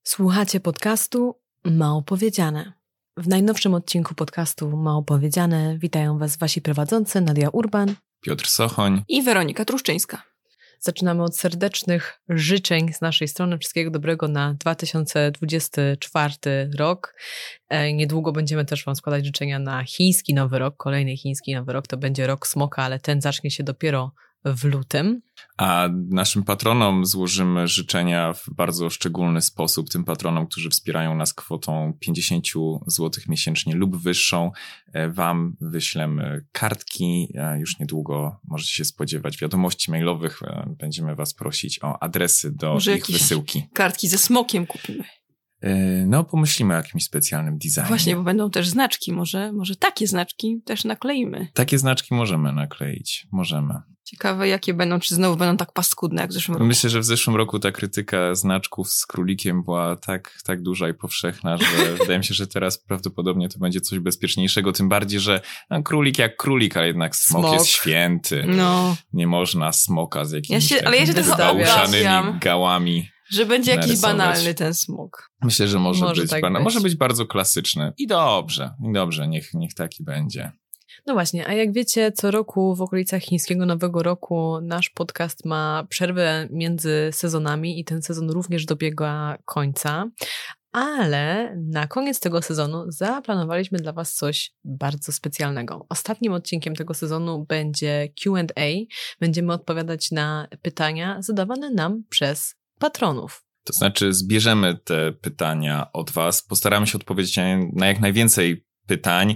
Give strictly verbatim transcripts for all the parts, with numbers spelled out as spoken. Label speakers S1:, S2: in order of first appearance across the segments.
S1: Słuchacie podcastu Mało Powiedziane. W najnowszym odcinku podcastu Mało Powiedziane witają Was Wasi prowadzący Nadia Urban,
S2: Piotr Sochoń
S3: i Weronika Truszczyńska.
S1: Zaczynamy od serdecznych życzeń z naszej strony. Wszystkiego dobrego na dwa tysiące dwudziesty czwarty rok. E, niedługo będziemy też Wam składać życzenia na chiński Nowy Rok. Kolejny chiński Nowy Rok to będzie rok smoka, ale ten zacznie się dopiero w lutym.
S2: A naszym patronom złożymy życzenia w bardzo szczególny sposób. Tym patronom, którzy wspierają nas kwotą pięćdziesiąt złotych miesięcznie lub wyższą. Wam wyślemy kartki. Już niedługo możecie się spodziewać wiadomości mailowych. Będziemy Was prosić o adresy do
S3: Może
S2: ich wysyłki.
S3: Kartki ze smokiem kupimy.
S2: No, pomyślimy o jakimś specjalnym designie.
S3: Właśnie, bo będą też znaczki. Może, może takie znaczki też nakleimy.
S2: Takie znaczki możemy nakleić. Możemy.
S3: Ciekawe, jakie będą, czy znowu będą tak paskudne jak w zeszłym roku.
S2: Myślę, że w zeszłym roku ta krytyka znaczków z królikiem była tak, tak duża i powszechna, że wydaje mi się, że teraz prawdopodobnie to będzie coś bezpieczniejszego, tym bardziej, że no, królik jak królik, a jednak smok, smok. jest święty.
S3: No.
S2: Nie można smoka z jakimiś
S3: ja się, ale ja się
S2: załuszanymi gałami.
S3: Że będzie jakiś
S2: narysować.
S3: banalny ten smok.
S2: Myślę, że może, może być
S1: tak
S2: banalny.
S1: być.
S2: Może być bardzo klasyczny. I dobrze, i dobrze, niech, niech taki będzie.
S1: No właśnie, a jak wiecie, co roku w okolicach chińskiego Nowego Roku nasz podcast ma przerwę między sezonami i ten sezon również dobiega końca. Ale na koniec tego sezonu zaplanowaliśmy dla Was coś bardzo specjalnego. Ostatnim odcinkiem tego sezonu będzie Q and A. Będziemy odpowiadać na pytania zadawane nam przez patronów.
S2: To znaczy zbierzemy te pytania od Was, postaramy się odpowiedzieć na jak najwięcej pytań,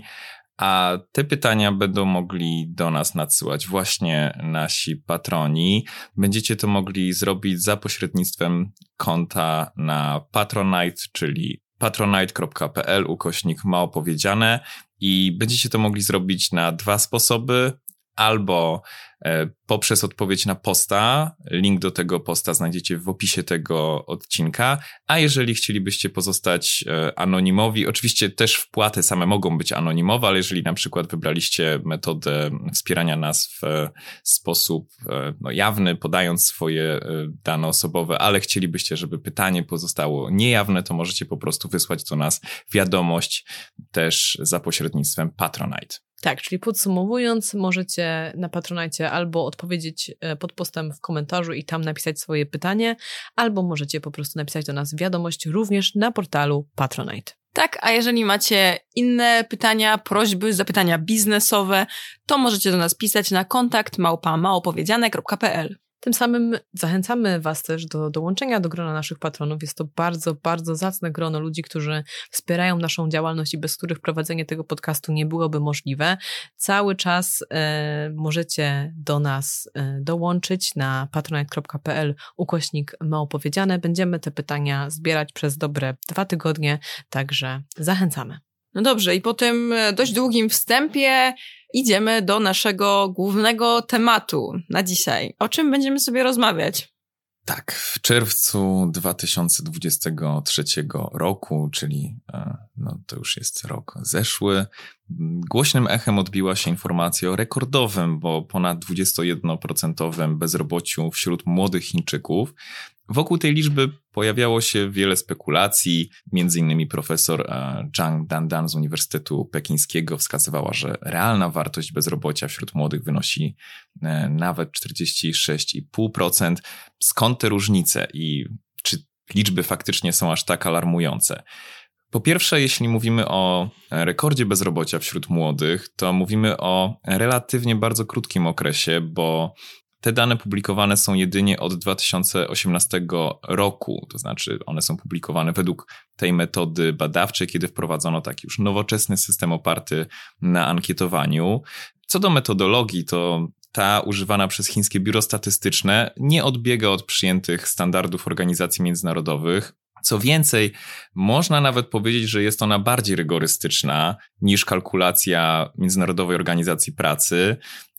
S2: a te pytania będą mogli do nas nadsyłać właśnie nasi patroni. Będziecie to mogli zrobić za pośrednictwem konta na Patronite, czyli patronite.pl ukośnik mało powiedziane i będziecie to mogli zrobić na dwa sposoby. Albo e, poprzez odpowiedź na posta, link do tego posta znajdziecie w opisie tego odcinka, a jeżeli chcielibyście pozostać e, anonimowi, oczywiście też wpłaty same mogą być anonimowe, ale jeżeli na przykład wybraliście metodę wspierania nas w e, sposób e, no, jawny, podając swoje e, dane osobowe, ale chcielibyście, żeby pytanie pozostało niejawne, to możecie po prostu wysłać do nas wiadomość też za pośrednictwem Patronite.
S1: Tak, czyli podsumowując, możecie na Patronite albo odpowiedzieć pod postem w komentarzu i tam napisać swoje pytanie, albo możecie po prostu napisać do nas wiadomość również na portalu Patronite.
S3: Tak, a jeżeli macie inne pytania, prośby, zapytania biznesowe, to możecie do nas pisać na kontakt małpa małopowiedziane kropka p l.
S1: Tym samym zachęcamy Was też do dołączenia do grona naszych patronów. Jest to bardzo, bardzo zacne grono ludzi, którzy wspierają naszą działalność i bez których prowadzenie tego podcastu nie byłoby możliwe. Cały czas e, możecie do nas e, dołączyć na patronite.pl ukośnik mało powiedziane. Będziemy te pytania zbierać przez dobre dwa tygodnie, także zachęcamy.
S3: No dobrze, i po tym dość długim wstępie idziemy do naszego głównego tematu na dzisiaj. O czym będziemy sobie rozmawiać?
S2: Tak, w czerwcu dwa tysiące dwudziestego trzeciego roku, czyli no, to już jest rok zeszły, głośnym echem odbiła się informacja o rekordowym, bo ponad dwudziestojednoprocentowym bezrobociu wśród młodych Chińczyków. Wokół tej liczby pojawiało się wiele spekulacji, między innymi profesor Zhang Dandan z Uniwersytetu Pekińskiego wskazywała, że realna wartość bezrobocia wśród młodych wynosi nawet czterdzieści sześć i pół procent. Skąd te różnice i czy liczby faktycznie są aż tak alarmujące? Po pierwsze, jeśli mówimy o rekordzie bezrobocia wśród młodych, to mówimy o relatywnie bardzo krótkim okresie, bo te dane publikowane są jedynie od dwa tysiące osiemnastego roku, to znaczy one są publikowane według tej metody badawczej, kiedy wprowadzono taki już nowoczesny system oparty na ankietowaniu. Co do metodologii, to ta używana przez chińskie biuro statystyczne nie odbiega od przyjętych standardów organizacji międzynarodowych. Co więcej, można nawet powiedzieć, że jest ona bardziej rygorystyczna niż kalkulacja Międzynarodowej Organizacji Pracy,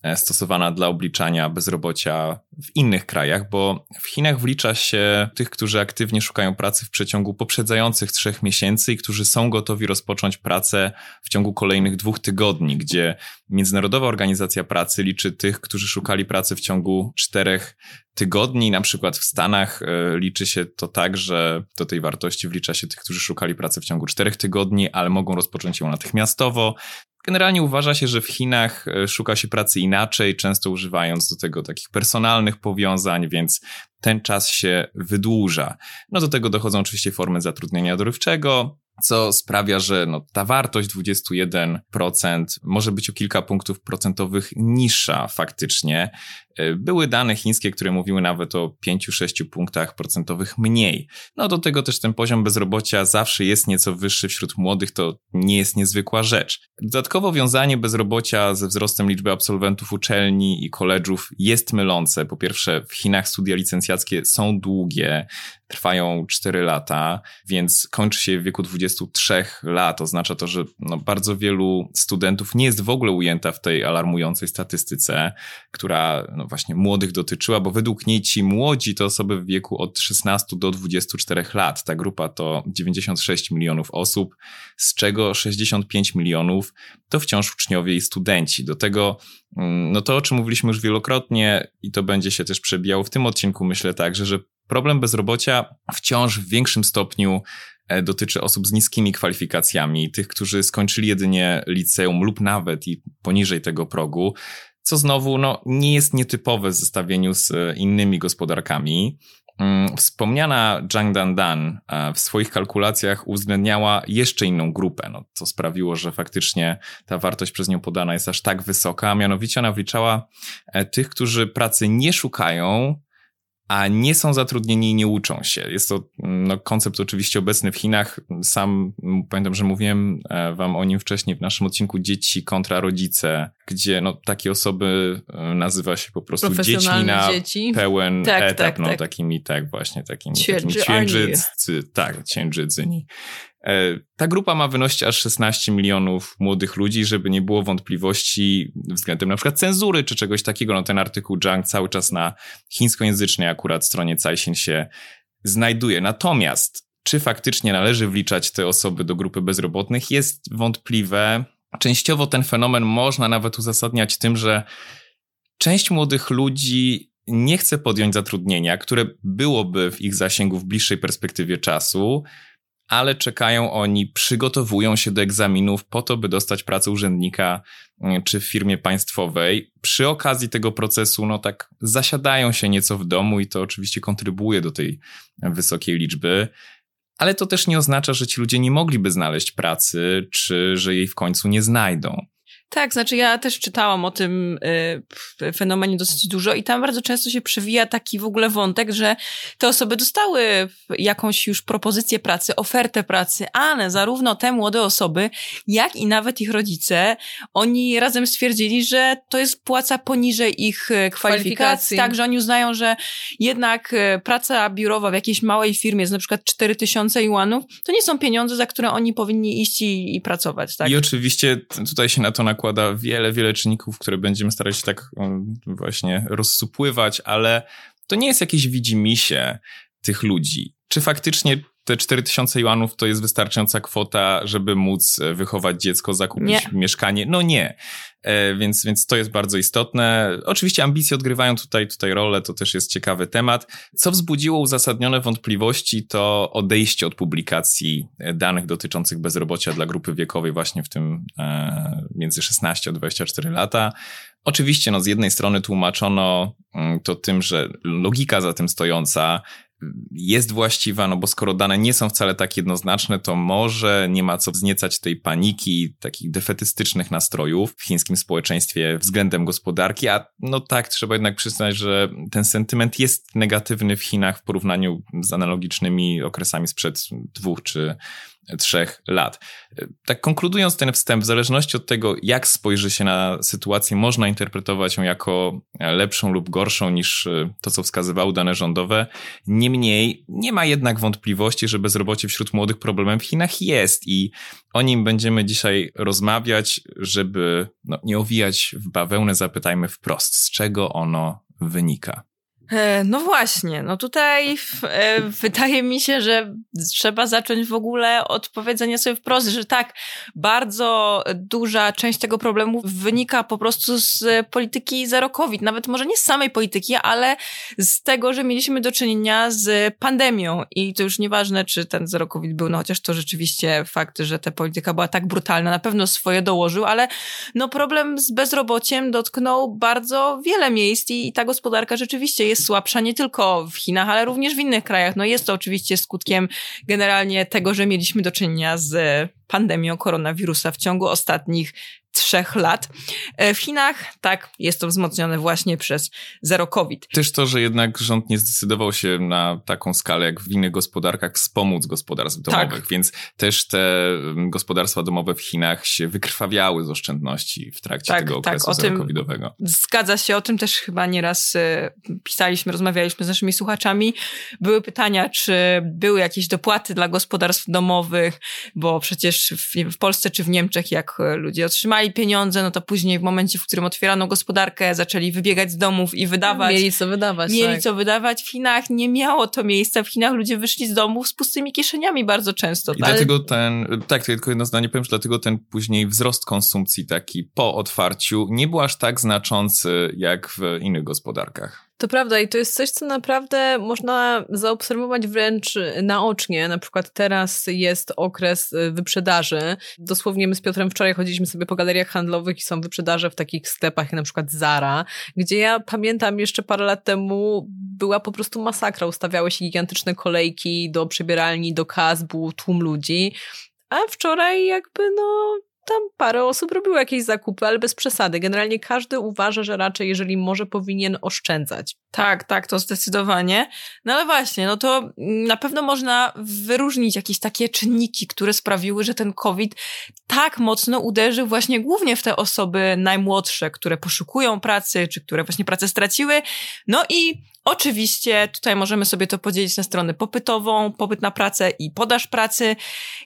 S2: stosowana dla obliczania bezrobocia w innych krajach, bo w Chinach wlicza się tych, którzy aktywnie szukają pracy w przeciągu poprzedzających trzech miesięcy i którzy są gotowi rozpocząć pracę w ciągu kolejnych dwóch tygodni, gdzie Międzynarodowa Organizacja Pracy liczy tych, którzy szukali pracy w ciągu czterech tygodni. Na przykład w Stanach y, liczy się to tak, że do tej wartości wlicza się tych, którzy szukali pracy w ciągu czterech tygodni, ale mogą rozpocząć ją natychmiastowo. Generalnie uważa się, że w Chinach szuka się pracy inaczej, często używając do tego takich personalnych powiązań, więc ten czas się wydłuża. No do tego dochodzą oczywiście formy zatrudnienia dorywczego, co sprawia, że no, ta wartość dwadzieścia jeden procent może być o kilka punktów procentowych niższa faktycznie. Były dane chińskie, które mówiły nawet o pięć do sześciu punktach procentowych mniej. No do tego też ten poziom bezrobocia zawsze jest nieco wyższy wśród młodych, to nie jest niezwykła rzecz. Dodatkowo wiązanie bezrobocia ze wzrostem liczby absolwentów uczelni i koledżów jest mylące. Po pierwsze, w Chinach studia licencjackie są długie, trwają cztery lata, więc kończy się w wieku dwudziestu trzech lat. Oznacza to, że no, bardzo wielu studentów nie jest w ogóle ujęta w tej alarmującej statystyce, która no, właśnie młodych dotyczyła, bo według niej ci młodzi to osoby w wieku od szesnastu do dwudziestu czterech lat. Ta grupa to dziewięćdziesiąt sześć milionów osób, z czego sześćdziesiąt pięć milionów to wciąż uczniowie i studenci. Do tego no to, o czym mówiliśmy już wielokrotnie i to będzie się też przebijało w tym odcinku, myślę także, że problem bezrobocia wciąż w większym stopniu dotyczy osób z niskimi kwalifikacjami, tych, którzy skończyli jedynie liceum lub nawet i poniżej tego progu, co znowu no, nie jest nietypowe w zestawieniu z innymi gospodarkami. Wspomniana Zhang Dandan w swoich kalkulacjach uwzględniała jeszcze inną grupę, no, co sprawiło, że faktycznie ta wartość przez nią podana jest aż tak wysoka, a mianowicie ona wliczała tych, którzy pracy nie szukają, a nie są zatrudnieni i nie uczą się. Jest to no, koncept oczywiście obecny w Chinach. Sam pamiętam, że mówiłem wam o nim wcześniej w naszym odcinku Dzieci kontra rodzice, gdzie no, takie osoby nazywa się po prostu dziećmi na dzieci. pełen tak, etap. Tak, no, tak. Takimi, tak właśnie, takimi księżycy. Tak, księżycyni. Ta grupa ma wynosić aż szesnaście milionów młodych ludzi, żeby nie było wątpliwości względem na przykład cenzury czy czegoś takiego. No ten artykuł Zhang cały czas na chińskojęzycznej akurat stronie Caixin się znajduje. Natomiast czy faktycznie należy wliczać te osoby do grupy bezrobotnych jest wątpliwe. Częściowo ten fenomen można nawet uzasadniać tym, że część młodych ludzi nie chce podjąć zatrudnienia, które byłoby w ich zasięgu w bliższej perspektywie czasu, ale czekają oni, przygotowują się do egzaminów po to, by dostać pracę urzędnika czy w firmie państwowej. Przy okazji tego procesu, no tak, zasiadają się nieco w domu i to oczywiście kontrybuje do tej wysokiej liczby, ale to też nie oznacza, że ci ludzie nie mogliby znaleźć pracy, czy że jej w końcu nie znajdą.
S3: Tak, znaczy ja też czytałam o tym y, fenomenie dosyć dużo i tam bardzo często się przewija taki w ogóle wątek, że te osoby dostały jakąś już propozycję pracy, ofertę pracy, ale zarówno te młode osoby, jak i nawet ich rodzice, oni razem stwierdzili, że to jest płaca poniżej ich kwalifikacji, kwalifikacji. Tak, że oni uznają, że jednak praca biurowa w jakiejś małej firmie z na przykład cztery tysiące juanów, to nie są pieniądze, za które oni powinni iść i, i pracować. Tak?
S2: I oczywiście tutaj się na to nakłada wiele, wiele czynników, które będziemy starać się tak właśnie rozsupływać, ale to nie jest jakieś widzimisię tych ludzi. Czy faktycznie te cztery tysiące juanów to jest wystarczająca kwota, żeby móc wychować dziecko, zakupić nie. mieszkanie? No nie. E, więc, więc to jest bardzo istotne. Oczywiście ambicje odgrywają tutaj, tutaj rolę, to też jest ciekawy temat. Co wzbudziło uzasadnione wątpliwości, to odejście od publikacji danych dotyczących bezrobocia dla grupy wiekowej właśnie w tym e, między szesnaście a dwadzieścia cztery lata. Oczywiście no, z jednej strony tłumaczono to tym, że logika za tym stojąca jest właściwa, no bo skoro dane nie są wcale tak jednoznaczne, to może nie ma co wzniecać tej paniki, takich defetystycznych nastrojów w chińskim społeczeństwie względem gospodarki, a no tak, trzeba jednak przyznać, że ten sentyment jest negatywny w Chinach w porównaniu z analogicznymi okresami sprzed dwóch czy trzech lat. Tak konkludując ten wstęp, w zależności od tego, jak spojrzy się na sytuację, można interpretować ją jako lepszą lub gorszą niż to, co wskazywały dane rządowe. Niemniej nie ma jednak wątpliwości, że bezrobocie wśród młodych problemem w Chinach jest i o nim będziemy dzisiaj rozmawiać, żeby no, nie owijać w bawełnę, zapytajmy wprost, z czego ono wynika.
S3: No właśnie, no tutaj e, wydaje mi się, że trzeba zacząć w ogóle od powiedzenia sobie wprost, że tak, bardzo duża część tego problemu wynika po prostu z polityki zero COVID. Nawet może nie z samej polityki, ale z tego, że mieliśmy do czynienia z pandemią i to już nieważne, czy ten zero COVID był, no chociaż to rzeczywiście fakt, że ta polityka była tak brutalna, na pewno swoje dołożył, ale no problem z bezrobociem dotknął bardzo wiele miejsc i, i ta gospodarka rzeczywiście jest jest słabsza nie tylko w Chinach, ale również w innych krajach. No jest to oczywiście skutkiem generalnie tego, że mieliśmy do czynienia z pandemią koronawirusa w ciągu ostatnich trzech lat. W Chinach, tak, jest to wzmocnione właśnie przez zero COVID.
S2: Też to, że jednak rząd nie zdecydował się na taką skalę jak w innych gospodarkach wspomóc gospodarstw domowych, tak. Więc też te gospodarstwa domowe w Chinach się wykrwawiały z oszczędności w trakcie
S3: tak,
S2: tego okresu
S3: tak,
S2: zero covidowego.
S3: Zgadza się, o tym też chyba nieraz y, pisaliśmy, rozmawialiśmy z naszymi słuchaczami. Były pytania, czy były jakieś dopłaty dla gospodarstw domowych, bo przecież w, w Polsce czy w Niemczech, jak ludzie otrzymali pieniądze, no to później w momencie, w którym otwierano gospodarkę, zaczęli wybiegać z domów i wydawać.
S1: Mieli co wydawać.
S3: Mieli
S1: tak.
S3: co wydawać. W Chinach nie miało to miejsca. W Chinach ludzie wyszli z domów z pustymi kieszeniami bardzo często.
S2: I tak? dlatego ten, tak, tylko jedno zdanie powiem, że dlatego ten później wzrost konsumpcji taki po otwarciu nie był aż tak znaczący jak w innych gospodarkach.
S1: To prawda i to jest coś, co naprawdę można zaobserwować wręcz naocznie. Na przykład teraz jest okres wyprzedaży. Dosłownie my z Piotrem wczoraj chodziliśmy sobie po galeriach handlowych i są wyprzedaże w takich sklepach jak na przykład Zara, gdzie ja pamiętam jeszcze parę lat temu była po prostu masakra. Ustawiały się gigantyczne kolejki do przebieralni, do kas, był tłum ludzi, a wczoraj jakby no... Tam parę osób robiło jakieś zakupy, ale bez przesady. Generalnie każdy uważa, że raczej jeżeli może, powinien oszczędzać.
S3: Tak, tak, to zdecydowanie. No ale właśnie, no to na pewno można wyróżnić jakieś takie czynniki, które sprawiły, że ten COVID tak mocno uderzył właśnie głównie w te osoby najmłodsze, które poszukują pracy, czy które właśnie pracę straciły. No i oczywiście tutaj możemy sobie to podzielić na stronę popytową, popyt na pracę i podaż pracy.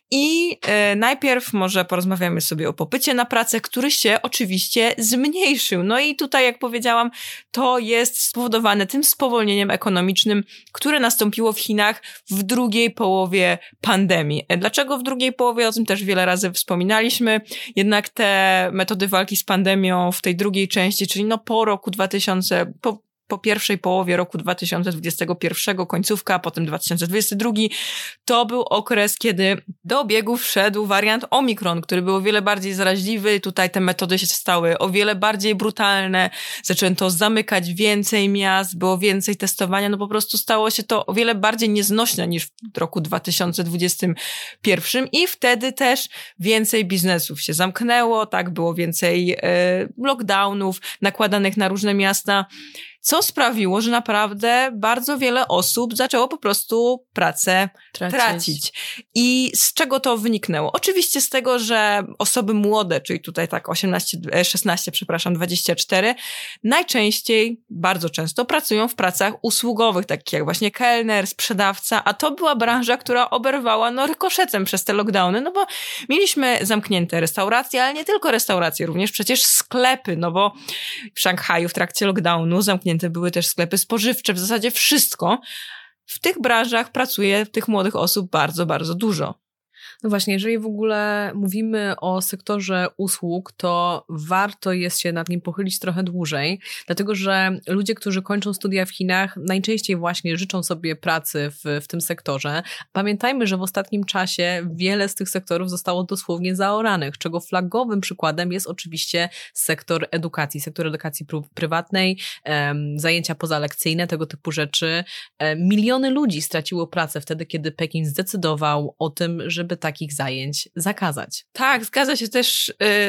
S3: I e, najpierw może porozmawiamy sobie o popycie na pracę, który się oczywiście zmniejszył. No i tutaj, jak powiedziałam, to jest spowodowane tym spowolnieniem ekonomicznym, które nastąpiło w Chinach w drugiej połowie pandemii. Dlaczego w drugiej połowie? O tym też wiele razy wspominaliśmy. Jednak te metody walki z pandemią w tej drugiej części, czyli no po roku dwa tysiące, po po pierwszej połowie roku dwa tysiące dwudziestego pierwszego, końcówka, a potem dwa tysiące dwudziesty drugi, to był okres, kiedy do obiegu wszedł wariant Omikron, który był o wiele bardziej zaraźliwy. Tutaj te metody się stały o wiele bardziej brutalne. Zaczęto zamykać więcej miast, było więcej testowania. No po prostu stało się to o wiele bardziej nieznośne niż w roku dwa tysiące dwudziestym pierwszym i wtedy też więcej biznesów się zamknęło, tak, było więcej e, lockdownów nakładanych na różne miasta, co sprawiło, że naprawdę bardzo wiele osób zaczęło po prostu pracę tracić. tracić. I z czego to wyniknęło? Oczywiście z tego, że osoby młode, czyli tutaj tak osiemnaście, szesnaście, przepraszam, dwadzieścia cztery, najczęściej, bardzo często pracują w pracach usługowych, takich jak właśnie kelner, sprzedawca, a to była branża, która oberwała no rykoszetem przez te lockdowny, no bo mieliśmy zamknięte restauracje, ale nie tylko restauracje, również przecież sklepy, no bo w Szanghaju w trakcie lockdownu zamknięte były też sklepy spożywcze, w zasadzie wszystko. W tych branżach pracuje tych młodych osób bardzo, bardzo dużo.
S1: No właśnie, jeżeli w ogóle mówimy o sektorze usług, to warto jest się nad nim pochylić trochę dłużej, dlatego że ludzie, którzy kończą studia w Chinach, najczęściej właśnie życzą sobie pracy w, w tym sektorze. Pamiętajmy, że w ostatnim czasie wiele z tych sektorów zostało dosłownie zaoranych, czego flagowym przykładem jest oczywiście sektor edukacji, sektor edukacji pr- prywatnej, em, zajęcia pozalekcyjne, tego typu rzeczy. E, miliony ludzi straciło pracę wtedy, kiedy Pekin zdecydował o tym, żeby takich zajęć zakazać.
S3: Tak, zgadza się też. Yy,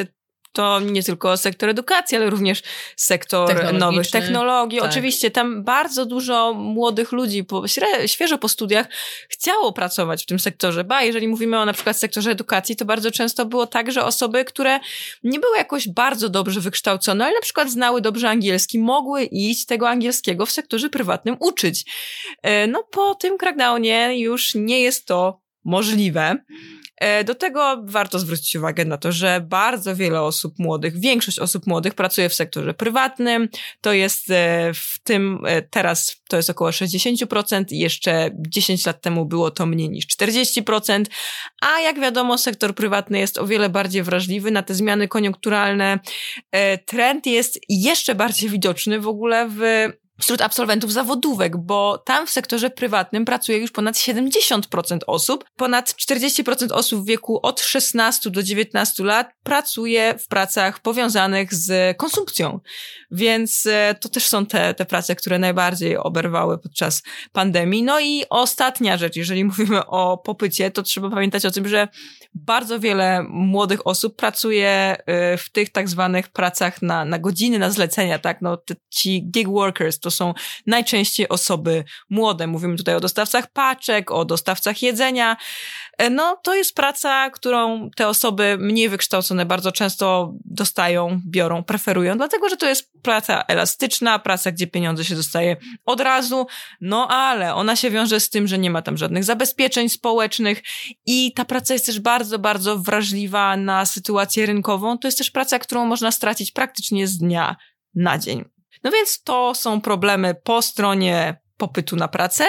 S3: to nie tylko sektor edukacji, ale również sektor nowych technologii.
S1: Tak.
S3: Oczywiście tam bardzo dużo młodych ludzi po, świeżo po studiach chciało pracować w tym sektorze, ba, jeżeli mówimy o na przykład sektorze edukacji, to bardzo często było tak, że osoby, które nie były jakoś bardzo dobrze wykształcone, ale na przykład znały dobrze angielski, mogły iść tego angielskiego w sektorze prywatnym uczyć. No po tym crackdownie już nie jest to możliwe. Do tego warto zwrócić uwagę na to, że bardzo wiele osób młodych, większość osób młodych pracuje w sektorze prywatnym. To jest w tym, teraz to jest około sześćdziesiąt procent i jeszcze dziesięć lat temu było to mniej niż czterdzieści procent. A jak wiadomo, sektor prywatny jest o wiele bardziej wrażliwy na te zmiany koniunkturalne. Trend jest jeszcze bardziej widoczny w ogóle w wśród absolwentów zawodówek, bo tam w sektorze prywatnym pracuje już ponad siedemdziesiąt procent osób. Ponad czterdzieści procent osób w wieku od szesnastu do dziewiętnastu lat pracuje w pracach powiązanych z konsumpcją. Więc to też są te, te prace, które najbardziej oberwały podczas pandemii. No i ostatnia rzecz, jeżeli mówimy o popycie, to trzeba pamiętać o tym, że bardzo wiele młodych osób pracuje w tych tak zwanych pracach na, na godziny, na zlecenia, tak? No, ci gig workers to są najczęściej osoby młode. Mówimy tutaj o dostawcach paczek, o dostawcach jedzenia. No, to jest praca, którą te osoby mniej wykształcone bardzo często dostają, biorą, preferują, dlatego, że to jest praca elastyczna, praca, gdzie pieniądze się dostaje od razu, no ale ona się wiąże z tym, że nie ma tam żadnych zabezpieczeń społecznych i ta praca jest też bardzo, bardzo wrażliwa na sytuację rynkową. To jest też praca, którą można stracić praktycznie z dnia na dzień. No więc to są problemy po stronie popytu na pracę.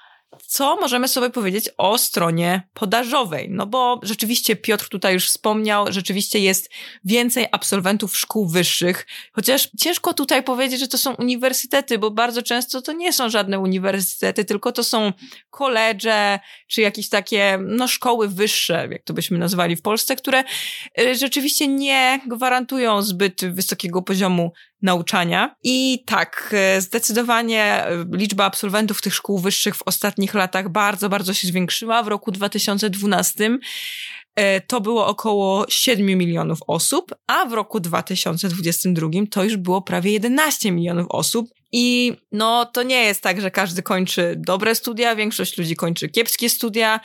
S3: Co możemy sobie powiedzieć o stronie podażowej? No bo rzeczywiście Piotr tutaj już wspomniał, rzeczywiście jest więcej absolwentów szkół wyższych, chociaż ciężko tutaj powiedzieć, że to są uniwersytety, bo bardzo często to nie są żadne uniwersytety, tylko to są koledże, czy jakieś takie no szkoły wyższe, jak to byśmy nazwali w Polsce, które rzeczywiście nie gwarantują zbyt wysokiego poziomu nauczania. I tak, zdecydowanie liczba absolwentów tych szkół wyższych w ostatnich latach bardzo, bardzo się zwiększyła. W roku dwa tysiące dwunastym to było około siedem milionów osób, a w roku dwa tysiące dwudziestym drugim to już było prawie jedenaście milionów osób. I no to nie jest tak, że każdy kończy dobre studia, większość ludzi kończy kiepskie studia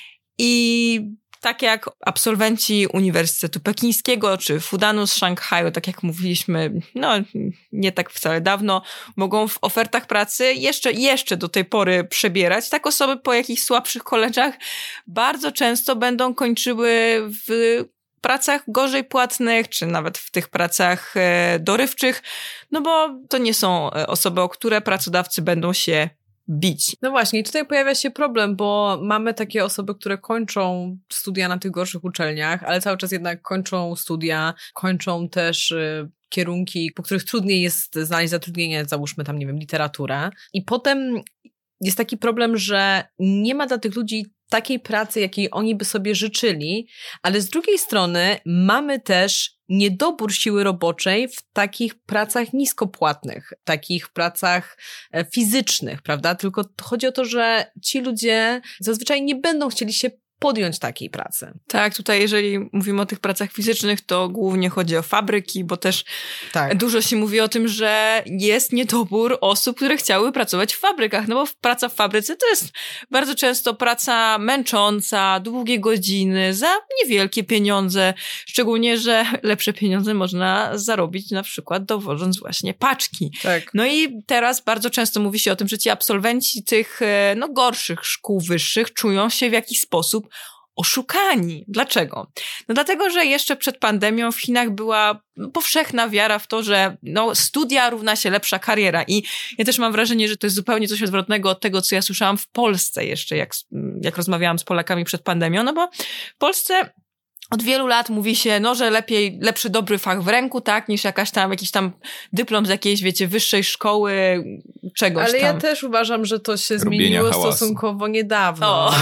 S3: i tak jak absolwenci Uniwersytetu Pekińskiego czy Fudanu z Szanghaju, tak jak mówiliśmy, no nie tak wcale dawno, mogą w ofertach pracy jeszcze, jeszcze do tej pory przebierać. Tak osoby po jakichś słabszych koleżach bardzo często będą kończyły w pracach gorzej płatnych, czy nawet w tych pracach dorywczych, no bo to nie są osoby, o które pracodawcy będą się bić.
S1: No właśnie, i tutaj pojawia się problem, bo mamy takie osoby, które kończą studia na tych gorszych uczelniach, ale cały czas jednak kończą studia, kończą też y, kierunki, po których trudniej jest znaleźć zatrudnienie, załóżmy tam, nie wiem, literaturę. I potem jest taki problem, że nie ma dla tych ludzi takiej pracy, jakiej oni by sobie życzyli, ale z drugiej strony mamy też niedobór siły roboczej w takich pracach niskopłatnych, takich pracach fizycznych, prawda? Tylko chodzi o to, że ci ludzie zazwyczaj nie będą chcieli się podjąć takiej pracy.
S3: Tak, tutaj jeżeli mówimy o tych pracach fizycznych, to głównie chodzi o fabryki, bo też tak. Dużo się mówi o tym, że jest niedobór osób, które chciały pracować w fabrykach, no bo praca w fabryce to jest bardzo często praca męcząca, długie godziny, za niewielkie pieniądze, szczególnie, że lepsze pieniądze można zarobić na przykład dowożąc właśnie paczki. Tak. No i teraz bardzo często mówi się o tym, że ci absolwenci tych no, gorszych szkół wyższych czują się w jakiś sposób oszukani. Dlaczego? No dlatego, że jeszcze przed pandemią w Chinach była powszechna wiara w to, że no, studia równa się lepsza kariera i ja też mam wrażenie, że to jest zupełnie coś odwrotnego od tego, co ja słyszałam w Polsce jeszcze, jak, jak rozmawiałam z Polakami przed pandemią, no bo w Polsce od wielu lat mówi się, no, że lepiej, lepszy dobry fach w ręku, tak, niż jakaś tam, jakiś tam dyplom z jakiejś, wiecie, wyższej szkoły, czegoś
S1: Ale
S3: tam.
S1: Ale ja też uważam, że to się
S2: Robienia
S1: zmieniło
S2: hałasu.
S1: stosunkowo niedawno.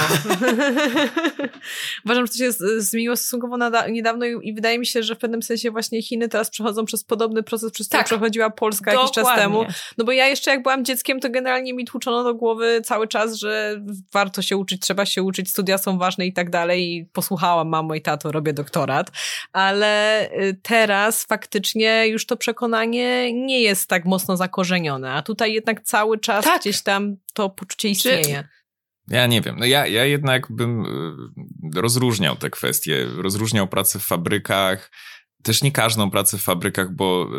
S1: Uważam, że to się zmieniło stosunkowo nada- niedawno i, i wydaje mi się, że w pewnym sensie właśnie Chiny teraz przechodzą przez podobny proces, przez który tak. przechodziła Polska jakiś czas temu. No bo ja jeszcze jak byłam dzieckiem, to generalnie mi tłuczono do głowy cały czas, że warto się uczyć, trzeba się uczyć, studia są ważne i tak dalej. I posłuchałam mamo i tato, robię doktorat, ale teraz faktycznie już to przekonanie nie jest tak mocno zakorzenione, a tutaj jednak cały czas tak. gdzieś tam to poczucie istnieje.
S2: Ja nie wiem, no ja, ja jednak bym rozróżniał te kwestie, rozróżniał pracę w fabrykach, też nie każdą pracę w fabrykach, bo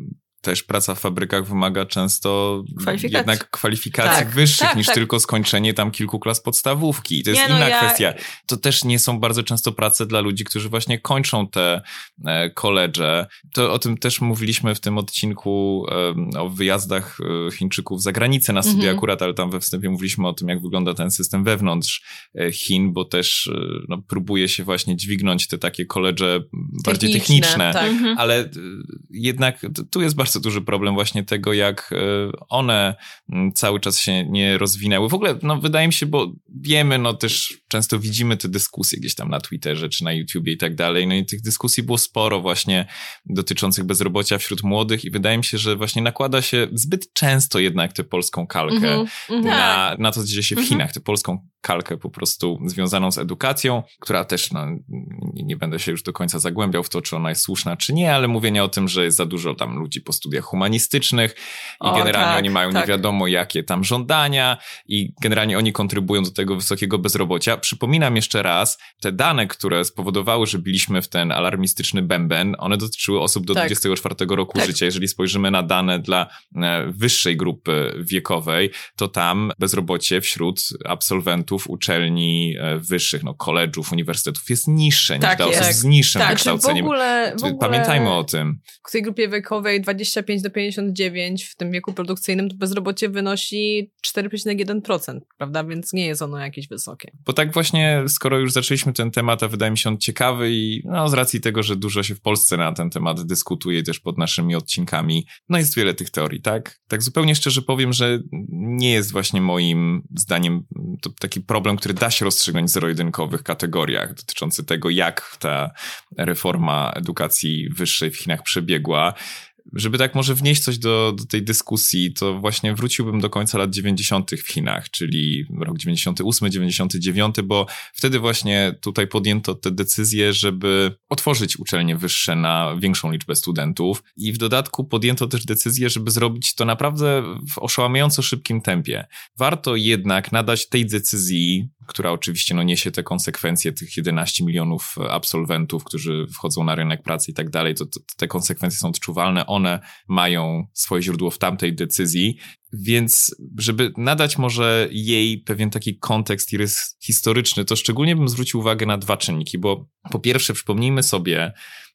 S2: też praca w fabrykach wymaga często
S3: kwalifikacji.
S2: jednak kwalifikacji tak, wyższych tak, niż tak. tylko skończenie tam kilku klas podstawówki. I to jest nie, inna no ja... kwestia. To też nie są bardzo często prace dla ludzi, którzy właśnie kończą te e, koledże. To o tym też mówiliśmy w tym odcinku e, o wyjazdach e, Chińczyków za granicę na studia mm-hmm. akurat, ale tam we wstępie mówiliśmy o tym, jak wygląda ten system wewnątrz e, Chin, bo też e, no, próbuje się właśnie dźwignąć te takie koledże bardziej techniczne. Tak. Mm-hmm. Ale e, jednak tu jest bardzo duży problem właśnie tego, jak one cały czas się nie rozwinęły. W ogóle, no wydaje mi się, bo wiemy, no też często widzimy te dyskusje gdzieś tam na Twitterze czy na YouTubie i tak dalej, no i tych dyskusji było sporo właśnie dotyczących bezrobocia wśród młodych i wydaje mi się, że właśnie nakłada się zbyt często jednak tę polską kalkę mm-hmm. na, na to, co dzieje się w mm-hmm. Chinach, tę polską kalkę po prostu związaną z edukacją, która też, no nie, nie będę się już do końca zagłębiał w to, czy ona jest słuszna, czy nie, ale mówienie o tym, że jest za dużo tam ludzi po studiach humanistycznych i o, generalnie tak, oni mają tak. nie wiadomo jakie tam żądania i generalnie oni kontrybują do tego wysokiego bezrobocia. Przypominam jeszcze raz, te dane, które spowodowały, że biliśmy w ten alarmistyczny bęben, one dotyczyły osób do tak. dwudziestego czwartego roku tak. życia. Jeżeli spojrzymy na dane dla e, wyższej grupy wiekowej, to tam bezrobocie wśród absolwentów uczelni e, wyższych, no koledżów, uniwersytetów jest niższe niż tak, dla osób z niższym tak, wykształceniem. W ogóle, w ogóle Pamiętajmy o tym.
S1: W tej grupie wiekowej dwadzieścia pięć do pięćdziesiąt dziewięć w tym wieku produkcyjnym to bezrobocie wynosi cztery przecinek jeden procent, prawda? Więc nie jest ono jakieś wysokie.
S2: Bo tak właśnie, skoro już zaczęliśmy ten temat, a wydaje mi się on ciekawy i no, z racji tego, że dużo się w Polsce na ten temat dyskutuje też pod naszymi odcinkami, no jest wiele tych teorii, tak? Tak zupełnie szczerze powiem, że nie jest właśnie moim zdaniem to taki problem, który da się rozstrzygnąć w zero-jedynkowych kategoriach dotyczący tego, jak ta reforma edukacji wyższej w Chinach przebiegła. Żeby tak może wnieść coś do, do tej dyskusji, to właśnie wróciłbym do końca lat dziewięćdziesiątych w Chinach, czyli rok dziewięćdziesiąty ósmy, dziewięćdziesiąty dziewiąty, bo wtedy właśnie tutaj podjęto te decyzje, żeby otworzyć uczelnie wyższe na większą liczbę studentów i w dodatku podjęto też decyzję, żeby zrobić to naprawdę w oszałamiająco szybkim tempie. Warto jednak nadać tej decyzji, która oczywiście no, niesie te konsekwencje tych jedenaście milionów absolwentów, którzy wchodzą na rynek pracy i tak dalej, to, to te konsekwencje są odczuwalne, one mają swoje źródło w tamtej decyzji, więc żeby nadać może jej pewien taki kontekst i rys historyczny, to szczególnie bym zwrócił uwagę na dwa czynniki, bo po pierwsze przypomnijmy sobie,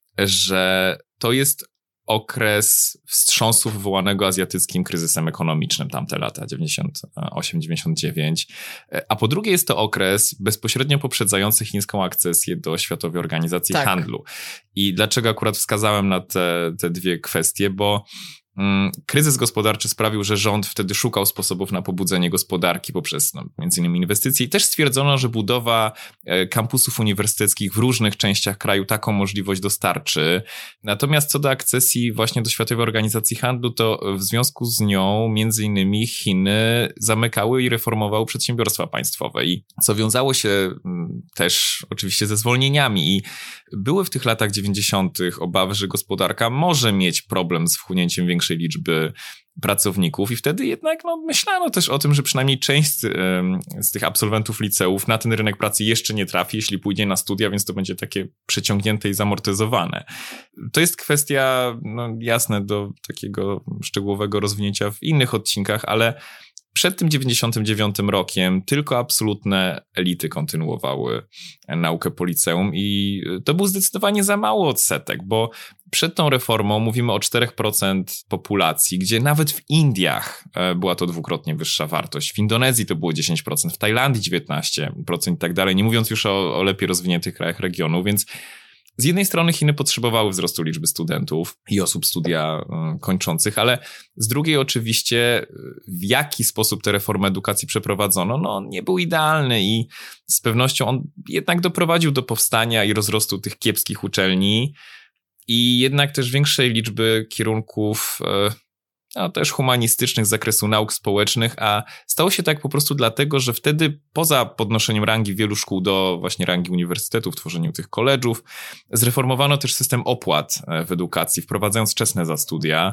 S2: że to jest okres wstrząsu wywołanego azjatyckim kryzysem ekonomicznym, tamte lata dziewięćdziesiąt osiem dziewięćdziesiąt dziewięć, a po drugie jest to okres bezpośrednio poprzedzający chińską akcesję do Światowej Organizacji tak. Handlu. I dlaczego akurat wskazałem na te, te dwie kwestie, bo kryzys gospodarczy sprawił, że rząd wtedy szukał sposobów na pobudzenie gospodarki poprzez no, między innymi inwestycje i też stwierdzono, że budowa kampusów uniwersyteckich w różnych częściach kraju taką możliwość dostarczy. Natomiast co do akcesji właśnie do Światowej Organizacji Handlu, to w związku z nią między innymi Chiny zamykały i reformowały przedsiębiorstwa państwowe i co wiązało się też oczywiście ze zwolnieniami i były w tych latach dziewięćdziesiątych obawy, że gospodarka może mieć problem z wchłonięciem większej liczby pracowników i wtedy jednak no, myślano też o tym, że przynajmniej część z, z tych absolwentów liceów na ten rynek pracy jeszcze nie trafi, jeśli pójdzie na studia, więc to będzie takie przeciągnięte i zamortyzowane. To jest kwestia no, jasne do takiego szczegółowego rozwinięcia w innych odcinkach, ale przed tym dziewięćdziesiątym dziewiątym rokiem tylko absolutne elity kontynuowały naukę po liceum i to był zdecydowanie za mało odsetek, bo przed tą reformą mówimy o cztery procent populacji, gdzie nawet w Indiach była to dwukrotnie wyższa wartość. W Indonezji to było dziesięć procent, w Tajlandii dziewiętnaście procent i tak dalej, nie mówiąc już o, o lepiej rozwiniętych krajach regionu, więc z jednej strony Chiny potrzebowały wzrostu liczby studentów i osób studia y, kończących, ale z drugiej oczywiście w jaki sposób tę reformę edukacji przeprowadzono, no on nie był idealny i z pewnością on jednak doprowadził do powstania i rozrostu tych kiepskich uczelni i jednak też większej liczby kierunków y, no, też humanistycznych z zakresu nauk społecznych, a stało się tak po prostu dlatego, że wtedy poza podnoszeniem rangi wielu szkół do właśnie rangi uniwersytetów, tworzeniem tych college'ów, zreformowano też system opłat w edukacji, wprowadzając wczesne za studia.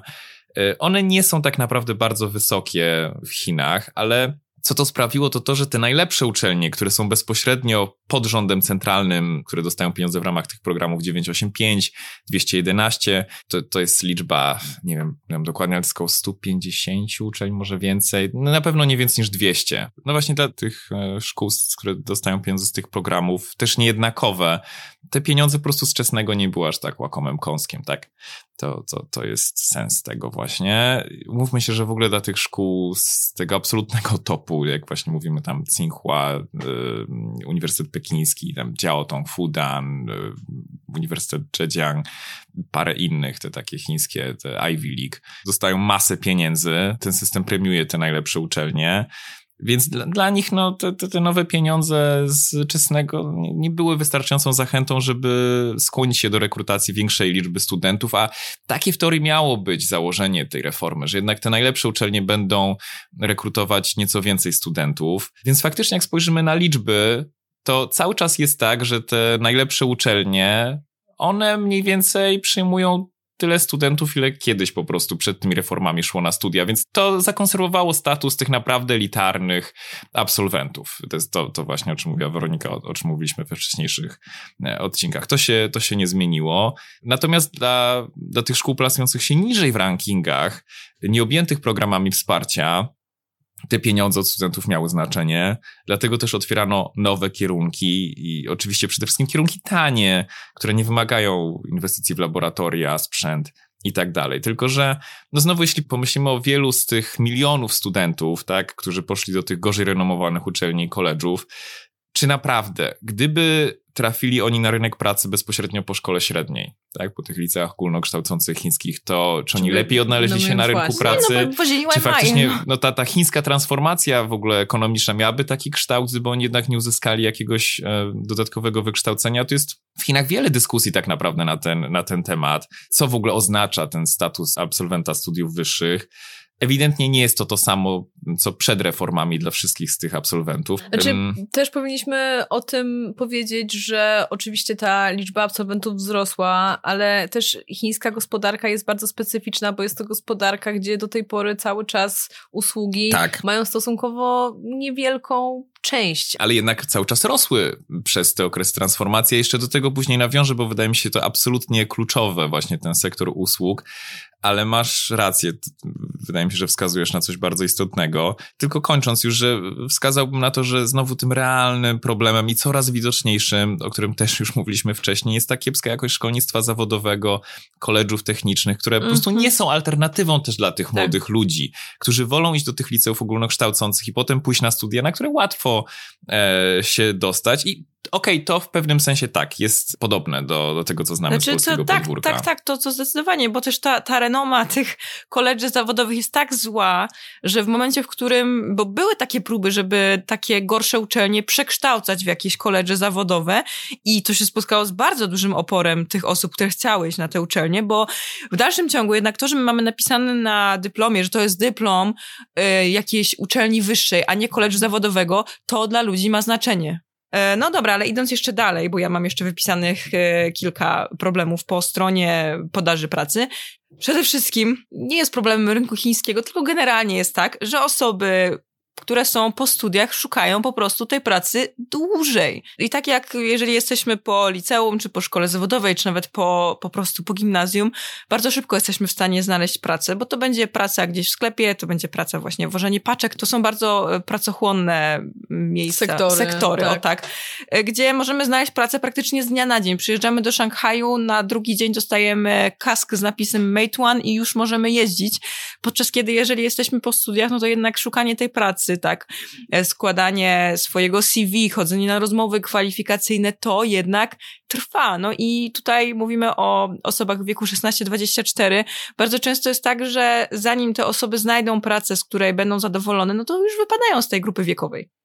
S2: One nie są tak naprawdę bardzo wysokie w Chinach, ale co to sprawiło, to to, że te najlepsze uczelnie, które są bezpośrednio pod rządem centralnym, które dostają pieniądze w ramach tych programów dziewięćset osiemdziesiąt pięć, dwieście jedenaście, to, to jest liczba, nie wiem, nie wiem dokładnie, ale tylko sto pięćdziesiąt uczelni, może więcej, no na pewno nie więcej niż dwieście. No właśnie dla tych szkół, które dostają pieniądze z tych programów, też niejednakowe, te pieniądze po prostu z wczesnego nie były aż tak łakomym kąskiem, tak? To, to, to jest sens tego właśnie. Mówmy się, że w ogóle dla tych szkół z tego absolutnego topu, jak właśnie mówimy tam Tsinghua, y, Uniwersytet Pekiński, tam Jiaotong, Fudan, y, Uniwersytet Zhejiang, parę innych, te takie chińskie, te Ivy League, dostają masę pieniędzy, ten system premiuje te najlepsze uczelnie. Więc dla, dla nich no, te, te, te nowe pieniądze z czesnego nie, nie były wystarczającą zachętą, żeby skłonić się do rekrutacji większej liczby studentów, a takie w teorii miało być założenie tej reformy, że jednak te najlepsze uczelnie będą rekrutować nieco więcej studentów. Więc faktycznie jak spojrzymy na liczby, to cały czas jest tak, że te najlepsze uczelnie, one mniej więcej przyjmują tyle studentów, ile kiedyś po prostu przed tymi reformami szło na studia, więc to zakonserwowało status tych naprawdę elitarnych absolwentów. To jest to, to właśnie, o czym mówiła Weronika, o, o czym mówiliśmy we wcześniejszych odcinkach. To się, to się nie zmieniło. Natomiast dla, dla tych szkół plasujących się niżej w rankingach, nieobjętych programami wsparcia, te pieniądze od studentów miały znaczenie, dlatego też otwierano nowe kierunki i oczywiście przede wszystkim kierunki tanie, które nie wymagają inwestycji w laboratoria, sprzęt i tak dalej. Tylko że, no znowu jeśli pomyślimy o wielu z tych milionów studentów, tak, którzy poszli do tych gorzej renomowanych uczelni i college'ów, czy naprawdę, gdyby trafili oni na rynek pracy bezpośrednio po szkole średniej, tak, po tych liceach ogólnokształcących chińskich, to czy oni czy lepiej odnaleźli no się na rynku właśnie. pracy,
S3: no,
S2: czy faktycznie no, ta, ta chińska transformacja w ogóle ekonomiczna miałaby taki kształt, gdyby oni jednak nie uzyskali jakiegoś e, dodatkowego wykształcenia. To jest w Chinach wiele dyskusji tak naprawdę na ten, na ten temat, co w ogóle oznacza ten status absolwenta studiów wyższych. Ewidentnie nie jest to to samo, co przed reformami dla wszystkich z tych absolwentów.
S1: Znaczy, um, też powinniśmy o tym powiedzieć, że oczywiście ta liczba absolwentów wzrosła, ale też chińska gospodarka jest bardzo specyficzna, bo jest to gospodarka, gdzie do tej pory cały czas usługi tak. mają stosunkowo niewielką część.
S2: Ale jednak cały czas rosły przez te okresy transformacji. Jeszcze do tego później nawiążę, bo wydaje mi się to absolutnie kluczowe, właśnie ten sektor usług. Ale masz rację, wydaje mi się, że wskazujesz na coś bardzo istotnego. Tylko kończąc już, że wskazałbym na to, że znowu tym realnym problemem i coraz widoczniejszym, o którym też już mówiliśmy wcześniej, jest ta kiepska jakość szkolnictwa zawodowego, college'ów technicznych, które po prostu nie są alternatywą też dla tych tak. młodych ludzi, którzy wolą iść do tych liceów ogólnokształcących i potem pójść na studia, na które łatwo e, się dostać i okej, okay, to w pewnym sensie tak, jest podobne do, do tego, co znamy znaczy, z polskiego
S3: to, tak,
S2: podwórka.
S3: Tak, tak, to, to zdecydowanie, bo też ta, ta renoma tych college'ów zawodowych jest tak zła, że w momencie, w którym, bo były takie próby, żeby takie gorsze uczelnie przekształcać w jakieś college'y zawodowe i to się spotkało z bardzo dużym oporem tych osób, które chciały iść na te uczelnie, bo w dalszym ciągu jednak to, że my mamy napisane na dyplomie, że to jest dyplom y, jakiejś uczelni wyższej, a nie college'u zawodowego, to dla ludzi ma znaczenie. No dobra, ale idąc jeszcze dalej, bo ja mam jeszcze wypisanych kilka problemów po stronie podaży pracy. Przede wszystkim nie jest problemem rynku chińskiego, tylko generalnie jest tak, że osoby, które są po studiach, szukają po prostu tej pracy dłużej. I tak jak jeżeli jesteśmy po liceum, czy po szkole zawodowej, czy nawet po, po prostu po gimnazjum, bardzo szybko jesteśmy w stanie znaleźć pracę, bo to będzie praca gdzieś w sklepie, to będzie praca właśnie wożenie paczek, to są bardzo pracochłonne miejsca,
S1: sektory,
S3: sektory tak. o tak, gdzie możemy znaleźć pracę praktycznie z dnia na dzień. Przyjeżdżamy do Szanghaju, na drugi dzień dostajemy kask z napisem Mate One i już możemy jeździć, podczas kiedy jeżeli jesteśmy po studiach, no to jednak szukanie tej pracy, tak, składanie swojego C V, chodzenie na rozmowy kwalifikacyjne, to jednak trwa. No i tutaj mówimy o osobach w wieku szesnaście dwadzieścia cztery. Bardzo często jest tak, że zanim te osoby znajdą pracę, z której będą zadowolone, no to już wypadają z tej grupy wiekowej.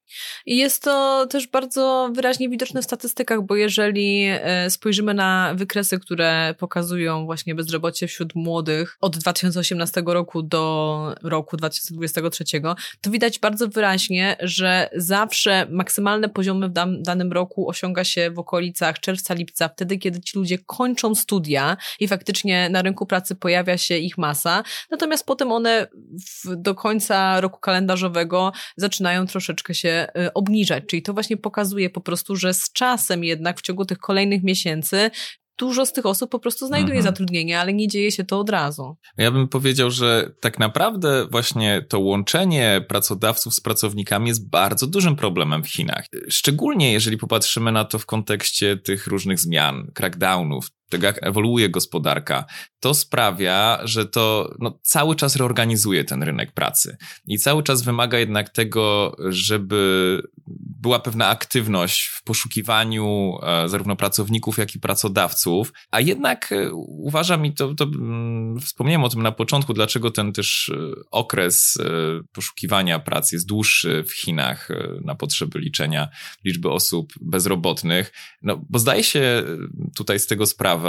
S1: I jest to też bardzo wyraźnie widoczne w statystykach, bo jeżeli spojrzymy na wykresy, które pokazują właśnie bezrobocie wśród młodych od dwa tysiące osiemnastego roku do roku dwa tysiące dwudziestego trzeciego, to widać bardzo wyraźnie, że zawsze maksymalne poziomy w dan- danym roku osiąga się w okolicach czerwca, lipca, wtedy kiedy ci ludzie kończą studia i faktycznie na rynku pracy pojawia się ich masa, natomiast potem one w, do końca roku kalendarzowego zaczynają troszeczkę się obniżać, czyli to właśnie pokazuje po prostu, że z czasem jednak w ciągu tych kolejnych miesięcy dużo z tych osób po prostu znajduje mhm. zatrudnienie, ale nie dzieje się to od razu.
S2: Ja bym powiedział, że tak naprawdę właśnie to łączenie pracodawców z pracownikami jest bardzo dużym problemem w Chinach. Szczególnie jeżeli popatrzymy na to w kontekście tych różnych zmian, crackdownów, tego jak ewoluuje gospodarka, to sprawia, że to no, cały czas reorganizuje ten rynek pracy i cały czas wymaga jednak tego, żeby była pewna aktywność w poszukiwaniu e, zarówno pracowników, jak i pracodawców, a jednak e, uważam i to, to mm, wspomniałem o tym na początku, dlaczego ten też e, okres e, poszukiwania pracy jest dłuższy w Chinach e, na potrzeby liczenia liczby osób bezrobotnych, no bo zdaje się tutaj z tego sprawę,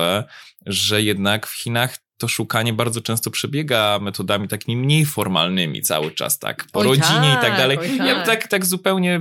S2: że jednak w Chinach to szukanie bardzo często przebiega metodami takimi mniej formalnymi cały czas, tak, po
S1: oj
S2: rodzinie
S1: tak,
S2: i tak dalej.
S1: Tak.
S2: Ja tak, tak zupełnie,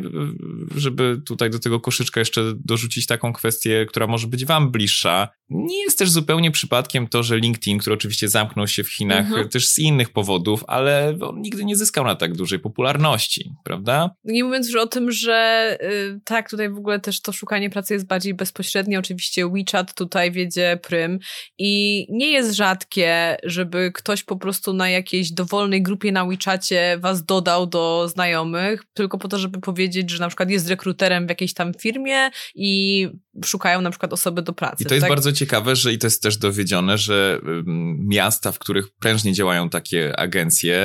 S2: żeby tutaj do tego koszyczka jeszcze dorzucić taką kwestię, która może być wam bliższa. Nie jest też zupełnie przypadkiem to, że LinkedIn, który oczywiście zamknął się w Chinach mhm. też z innych powodów, ale on nigdy nie zyskał na tak dużej popularności, prawda?
S1: Nie mówiąc już o tym, że yy, tak, tutaj w ogóle też to szukanie pracy jest bardziej bezpośrednie. Oczywiście WeChat tutaj wiedzie prym i nie jest rzadkie, żeby ktoś po prostu na jakiejś dowolnej grupie na WeChacie was dodał do znajomych, tylko po to, żeby powiedzieć, że na przykład jest rekruterem w jakiejś tam firmie i szukają na przykład osoby do pracy.
S2: I to jest
S1: tak?
S2: bardzo ciekawe, że i to jest też dowiedzione, że miasta, w których prężnie działają takie agencje,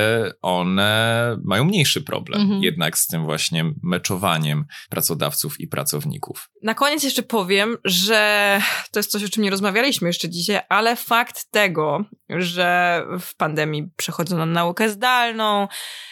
S2: one mają mniejszy problem mhm. jednak z tym właśnie meczowaniem pracodawców i pracowników.
S3: Na koniec jeszcze powiem, że to jest coś, o czym nie rozmawialiśmy jeszcze dzisiaj, ale fakt tego, że w pandemii przechodzono na naukę zdalną,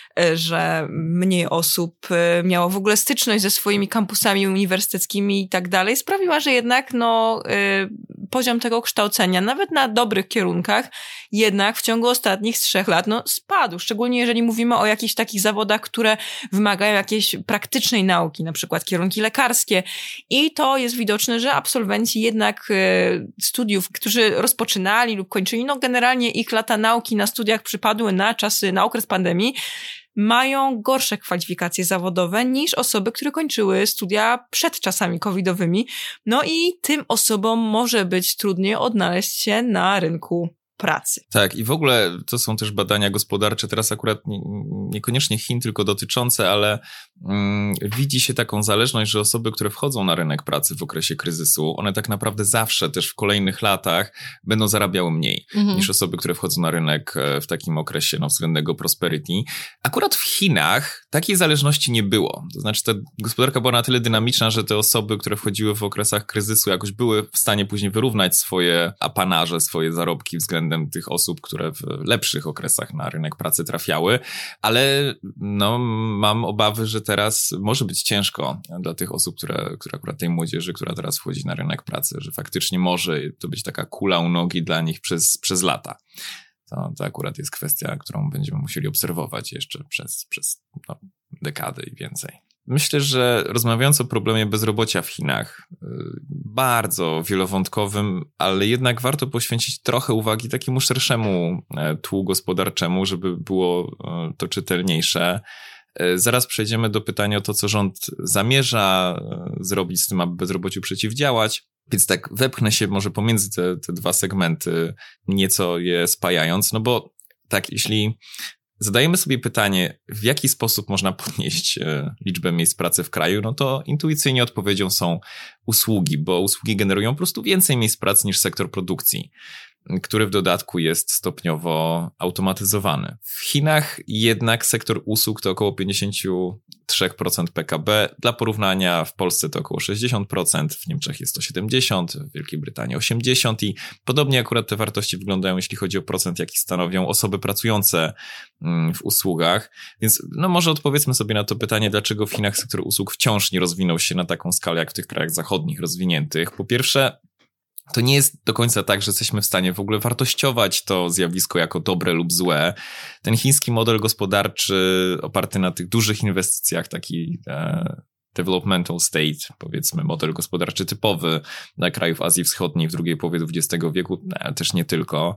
S3: że mniej osób miało w ogóle styczność ze swoimi kampusami uniwersyteckimi i tak dalej, sprawiła, że jednak no, poziom tego kształcenia, nawet na dobrych kierunkach, jednak w ciągu ostatnich trzech lat no, spadł. Szczególnie jeżeli mówimy o jakichś takich zawodach, które wymagają jakiejś praktycznej nauki, na przykład kierunki lekarskie. I to jest widoczne, że absolwenci jednak studiów, którzy rozpoczynali lub kończyli, no generalnie ich lata nauki na studiach przypadły na czasy, na okres pandemii, mają gorsze kwalifikacje zawodowe niż osoby, które kończyły studia przed czasami covidowymi. No i tym osobom może być trudniej odnaleźć się na rynku pracy.
S2: Tak, i w ogóle to są też badania gospodarcze, teraz akurat nie, niekoniecznie Chin, tylko dotyczące, ale mm, widzi się taką zależność, że osoby, które wchodzą na rynek pracy w okresie kryzysu, one tak naprawdę zawsze też w kolejnych latach będą zarabiały mniej mhm. niż osoby, które wchodzą na rynek w takim okresie no, względnego prosperity. Akurat w Chinach takiej zależności nie było. To znaczy ta gospodarka była na tyle dynamiczna, że te osoby, które wchodziły w okresach kryzysu jakoś były w stanie później wyrównać swoje apanaże, swoje zarobki względem tych osób, które w lepszych okresach na rynek pracy trafiały, ale no, mam obawy, że teraz może być ciężko dla tych osób, które, które akurat tej młodzieży, która teraz wchodzi na rynek pracy, że faktycznie może to być taka kula u nogi dla nich przez, przez lata. To, to akurat jest kwestia, którą będziemy musieli obserwować jeszcze przez, przez no, dekadę i więcej. Myślę, że rozmawiając o problemie bezrobocia w Chinach, bardzo wielowątkowym, ale jednak warto poświęcić trochę uwagi takiemu szerszemu tłu gospodarczemu, żeby było to czytelniejsze. Zaraz przejdziemy do pytania o to, co rząd zamierza zrobić z tym, aby bezrobociu przeciwdziałać. Więc tak wepchnę się może pomiędzy te, te dwa segmenty, nieco je spajając, no bo tak, jeśli zadajemy sobie pytanie, w jaki sposób można podnieść liczbę miejsc pracy w kraju, no to intuicyjnie odpowiedzią są usługi, bo usługi generują po prostu więcej miejsc pracy niż sektor produkcji. który w dodatku jest stopniowo automatyzowany. W Chinach jednak sektor usług to około pięćdziesiąt trzy procent P K B. Dla porównania w Polsce to około sześćdziesiąt procent, w Niemczech jest to siedemdziesiąt procent, w Wielkiej Brytanii osiemdziesiąt procent i podobnie akurat te wartości wyglądają, jeśli chodzi o procent, jaki stanowią osoby pracujące w usługach. Więc no może odpowiedzmy sobie na to pytanie, dlaczego w Chinach sektor usług wciąż nie rozwinął się na taką skalę jak w tych krajach zachodnich rozwiniętych. Po pierwsze, to nie jest do końca tak, że jesteśmy w stanie w ogóle wartościować to zjawisko jako dobre lub złe. Ten chiński model gospodarczy oparty na tych dużych inwestycjach, taki e, developmental state, powiedzmy model gospodarczy typowy dla krajów Azji Wschodniej w drugiej połowie dwudziestego wieku, no, też nie tylko.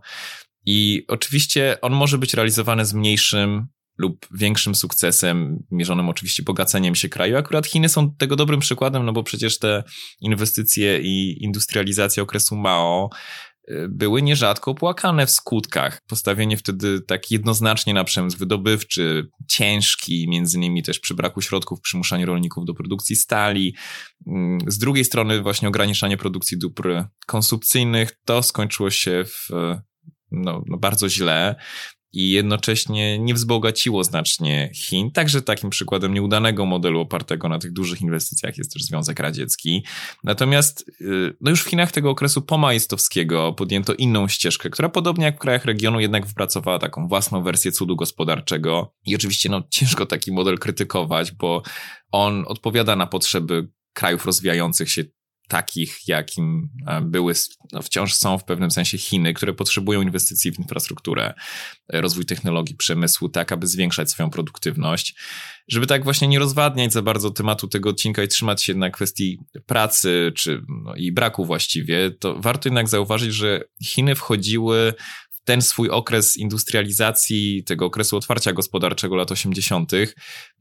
S2: I oczywiście on może być realizowany z mniejszym lub większym sukcesem, mierzonym oczywiście bogaceniem się kraju. Akurat Chiny są tego dobrym przykładem, no bo przecież te inwestycje i industrializacja okresu Mao były nierzadko opłakane w skutkach. Postawienie wtedy tak jednoznacznie na przemysł wydobywczy, ciężki, między innymi też przy braku środków, przymuszanie rolników do produkcji stali. Z drugiej strony właśnie ograniczanie produkcji dóbr konsumpcyjnych, to skończyło się w, no, no bardzo źle. I jednocześnie nie wzbogaciło znacznie Chin. Także takim przykładem nieudanego modelu opartego na tych dużych inwestycjach jest też Związek Radziecki. Natomiast no już w Chinach tego okresu pomaoistowskiego podjęto inną ścieżkę, która podobnie jak w krajach regionu jednak wypracowała taką własną wersję cudu gospodarczego. I oczywiście no ciężko taki model krytykować, bo on odpowiada na potrzeby krajów rozwijających się, takich, jakim były, no wciąż są w pewnym sensie Chiny, które potrzebują inwestycji w infrastrukturę, rozwój technologii, przemysłu, tak aby zwiększać swoją produktywność. Żeby tak właśnie nie rozwadniać za bardzo tematu tego odcinka i trzymać się na kwestii pracy czy no, i braku właściwie, to warto jednak zauważyć, że Chiny wchodziły ten swój okres industrializacji, tego okresu otwarcia gospodarczego lat osiemdziesiątych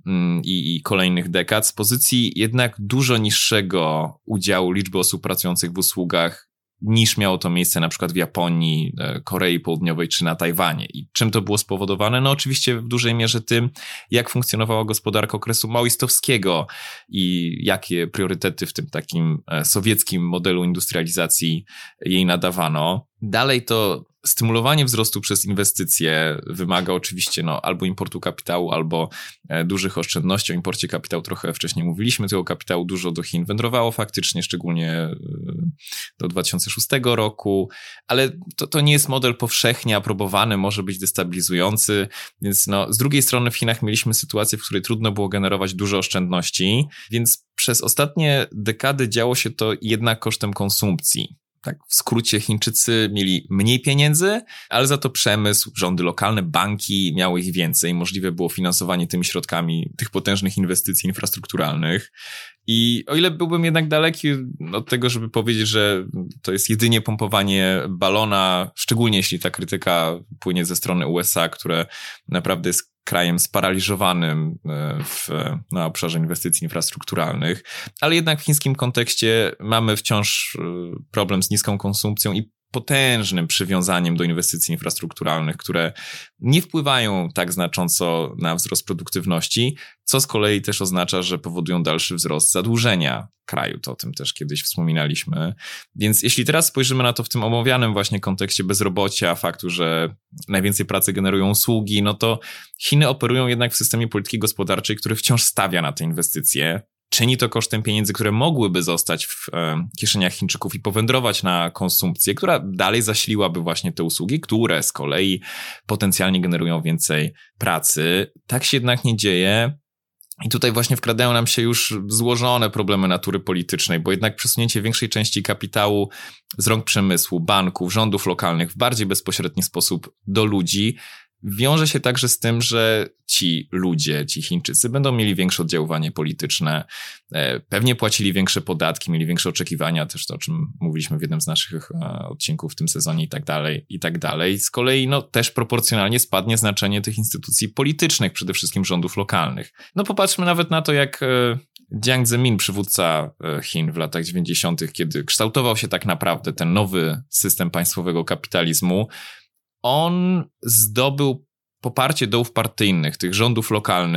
S2: i, i kolejnych dekad z pozycji jednak dużo niższego udziału liczby osób pracujących w usługach niż miało to miejsce na przykład w Japonii, Korei Południowej czy na Tajwanie. I czym to było spowodowane? No oczywiście w dużej mierze tym, jak funkcjonowała gospodarka okresu maoistowskiego i jakie priorytety w tym takim sowieckim modelu industrializacji jej nadawano. Dalej to stymulowanie wzrostu przez inwestycje wymaga oczywiście no, albo importu kapitału, albo e, dużych oszczędności. O imporcie kapitału trochę wcześniej mówiliśmy, tego kapitału dużo do Chin wędrowało faktycznie, szczególnie e, do dwa tysiące szóstego roku, ale to, to nie jest model powszechnie aprobowany, może być destabilizujący, więc no, z drugiej strony w Chinach mieliśmy sytuację, w której trudno było generować dużo oszczędności, więc przez ostatnie dekady działo się to jednak kosztem konsumpcji. Tak, w skrócie Chińczycy mieli mniej pieniędzy, ale za to przemysł, rządy lokalne, banki miały ich więcej. Możliwe było finansowanie tymi środkami tych potężnych inwestycji infrastrukturalnych. I o ile byłbym jednak daleki od tego, żeby powiedzieć, że to jest jedynie pompowanie balona, szczególnie jeśli ta krytyka płynie ze strony U S A, które naprawdę jest krajem sparaliżowanym w, na obszarze inwestycji infrastrukturalnych, ale jednak w chińskim kontekście mamy wciąż problem z niską konsumpcją i potężnym przywiązaniem do inwestycji infrastrukturalnych, które nie wpływają tak znacząco na wzrost produktywności, co z kolei też oznacza, że powodują dalszy wzrost zadłużenia kraju. To o tym też kiedyś wspominaliśmy. Więc jeśli teraz spojrzymy na to w tym omawianym właśnie kontekście bezrobocia, faktu, że najwięcej pracy generują usługi, no to Chiny operują jednak w systemie polityki gospodarczej, który wciąż stawia na te inwestycje. Czyni to kosztem pieniędzy, które mogłyby zostać w e, kieszeniach Chińczyków i powędrować na konsumpcję, która dalej zasiliłaby właśnie te usługi, które z kolei potencjalnie generują więcej pracy. Tak się jednak nie dzieje. I tutaj właśnie wkradają nam się już złożone problemy natury politycznej, bo jednak przesunięcie większej części kapitału z rąk przemysłu, banków, rządów lokalnych w bardziej bezpośredni sposób do ludzi wiąże się także z tym, że ci ludzie, ci Chińczycy będą mieli większe oddziaływanie polityczne, pewnie płacili większe podatki, mieli większe oczekiwania, też to, o czym mówiliśmy w jednym z naszych odcinków w tym sezonie i tak dalej, i tak dalej. Z kolei no też proporcjonalnie spadnie znaczenie tych instytucji politycznych, przede wszystkim rządów lokalnych. No popatrzmy nawet na to, jak Jiang Zemin, przywódca Chin w latach dziewięćdziesiątych, kiedy kształtował się tak naprawdę ten nowy system państwowego kapitalizmu, on zdobył poparcie dołów partyjnych, tych rządów lokalnych,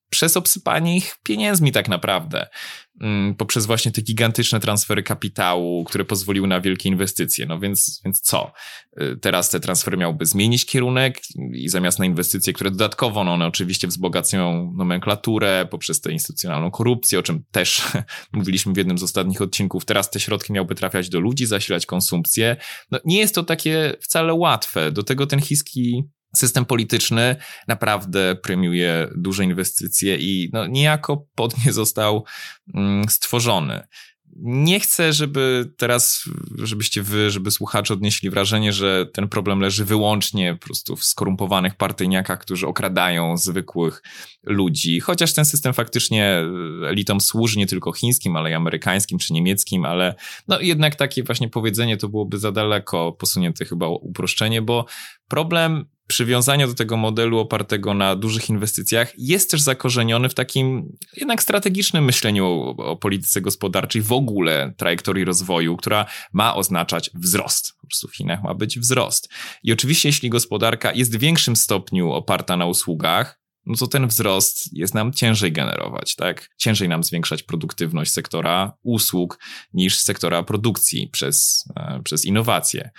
S2: przez obsypanie ich pieniędzmi tak naprawdę. Poprzez właśnie te gigantyczne transfery kapitału, które pozwoliły na wielkie inwestycje. No więc, więc co? Teraz te transfery miałyby zmienić kierunek i zamiast na inwestycje, które dodatkowo, no one oczywiście wzbogacają nomenklaturę poprzez tę instytucjonalną korupcję, o czym też mówiliśmy w jednym z ostatnich odcinków, teraz te środki miałyby trafiać do ludzi, zasilać konsumpcję. No nie jest to takie wcale łatwe. Do tego ten chiński system polityczny naprawdę premiuje duże inwestycje i no, niejako pod nie został mm, stworzony. Nie chcę, żeby teraz, żebyście wy, żeby słuchacze odnieśli wrażenie, że ten problem leży wyłącznie po prostu w skorumpowanych partyjniakach, którzy okradają zwykłych ludzi. Chociaż ten system faktycznie elitom służy nie tylko chińskim, ale i amerykańskim czy niemieckim, ale no jednak takie właśnie powiedzenie to byłoby za daleko posunięte chyba uproszczenie, bo problem przywiązania do tego modelu opartego na dużych inwestycjach jest też zakorzeniony w takim jednak strategicznym myśleniu o, o polityce gospodarczej, w ogóle trajektorii rozwoju, która ma oznaczać wzrost. Po prostu w Chinach ma być wzrost. I oczywiście jeśli gospodarka jest w większym stopniu oparta na usługach, no to ten wzrost jest nam ciężej generować, tak? Ciężej nam zwiększać produktywność sektora usług niż sektora produkcji przez, e, przez innowacje.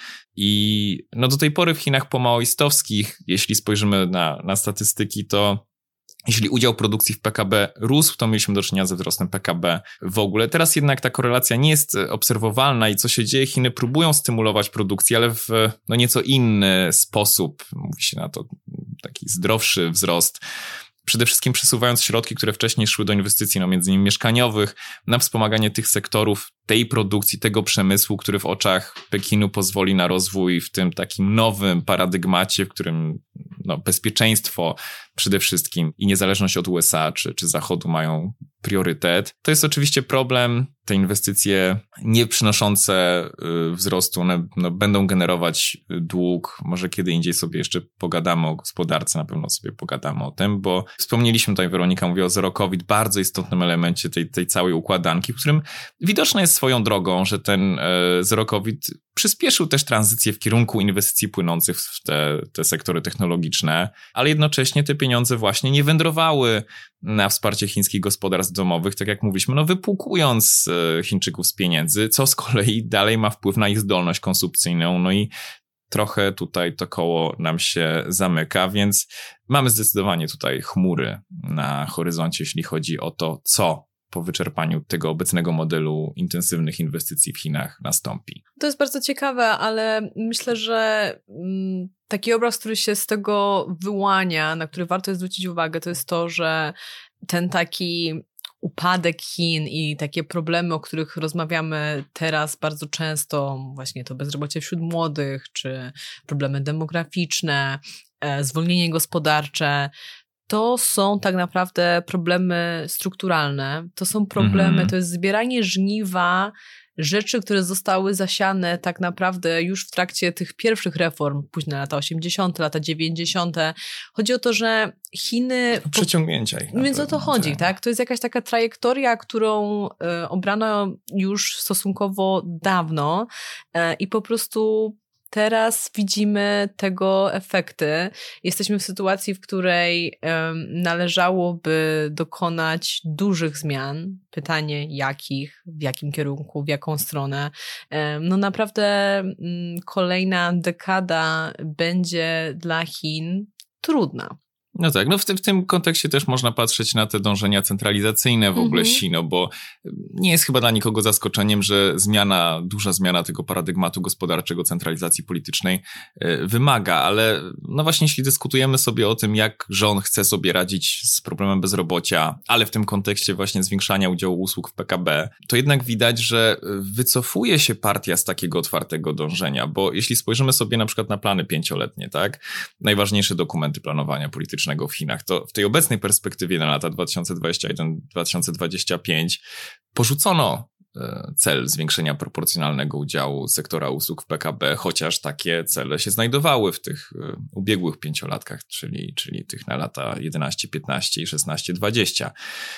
S2: I no do tej pory w Chinach pomaoistowskich, jeśli spojrzymy na, na statystyki, to jeśli udział produkcji w P K B rósł, to mieliśmy do czynienia ze wzrostem P K B w ogóle. Teraz jednak ta korelacja nie jest obserwowalna i co się dzieje? Chiny próbują stymulować produkcję, ale w no nieco inny sposób. Mówi się na to taki zdrowszy wzrost. Przede wszystkim przesuwając środki, które wcześniej szły do inwestycji, no między innymi mieszkaniowych, na wspomaganie tych sektorów, tej produkcji, tego przemysłu, który w oczach Pekinu pozwoli na rozwój w tym takim nowym paradygmacie, w którym no, bezpieczeństwo przede wszystkim i niezależność od U S A czy, czy Zachodu mają priorytet. To jest oczywiście problem. Te inwestycje nie przynoszące y, wzrostu, one no, będą generować dług. Może kiedy indziej sobie jeszcze pogadamy o gospodarce, na pewno sobie pogadamy o tym, bo wspomnieliśmy tutaj, Weronika mówiła o zero COVID, bardzo istotnym elemencie tej, tej całej układanki, w którym widoczne jest swoją drogą, że ten y, zero COVID przyspieszył też tranzycję w kierunku inwestycji płynących w te, te sektory technologiczne, ale jednocześnie te pieniądze właśnie nie wędrowały na wsparcie chińskich gospodarstw domowych, tak jak mówiliśmy, no wypłukując Chińczyków z pieniędzy, co z kolei dalej ma wpływ na ich zdolność konsumpcyjną, no i trochę tutaj to koło nam się zamyka, więc mamy zdecydowanie tutaj chmury na horyzoncie, jeśli chodzi o to, co po wyczerpaniu tego obecnego modelu intensywnych inwestycji w Chinach nastąpi.
S1: To jest bardzo ciekawe, ale myślę, że mm, taki obraz, który się z tego wyłania, na który warto jest zwrócić uwagę, to jest to, że ten taki upadek Chin i takie problemy, o których rozmawiamy teraz bardzo często, właśnie to bezrobocie wśród młodych, czy problemy demograficzne, e, zwolnienie gospodarcze, to są tak naprawdę problemy strukturalne. To są problemy, mm-hmm. to jest zbieranie żniwa rzeczy, które zostały zasiane tak naprawdę już w trakcie tych pierwszych reform, późne lata osiemdziesiąte, lata dziewięćdziesiąte. Chodzi o to, że Chiny...
S2: To przeciągnięcia ich.
S1: Więc o to chodzi, tak? To jest jakaś taka trajektoria, którą y, obrano już stosunkowo dawno y, i po prostu teraz widzimy tego efekty. Jesteśmy w sytuacji, w której um, należałoby dokonać dużych zmian. Pytanie jakich, w jakim kierunku, w jaką stronę. Um, no naprawdę um, kolejna dekada będzie dla Chin trudna.
S2: No tak, no w tym, w tym kontekście też można patrzeć na te dążenia centralizacyjne w ogóle mm-hmm. Chin, bo nie jest chyba dla nikogo zaskoczeniem, że zmiana, duża zmiana tego paradygmatu gospodarczego, centralizacji politycznej yy, wymaga, ale no właśnie jeśli dyskutujemy sobie o tym, jak rząd chce sobie radzić z problemem bezrobocia, ale w tym kontekście właśnie zwiększania udziału usług w P K B, to jednak widać, że wycofuje się partia z takiego otwartego dążenia, bo jeśli spojrzymy sobie na przykład na plany pięcioletnie, tak, najważniejsze dokumenty planowania politycznego w Chinach, to w tej obecnej perspektywie na lata dwa tysiące dwudziesty pierwszy do dwa tysiące dwudziestego piątego porzucono cel zwiększenia proporcjonalnego udziału sektora usług w P K B, chociaż takie cele się znajdowały w tych ubiegłych pięciolatkach, czyli, czyli tych na lata jedenaście, piętnaście i szesnaście, dwadzieścia.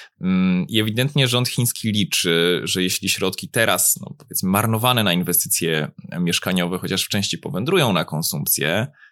S2: I ewidentnie rząd chiński liczy, że jeśli środki teraz, no powiedzmy, marnowane na inwestycje mieszkaniowe, chociaż w części powędrują na konsumpcję,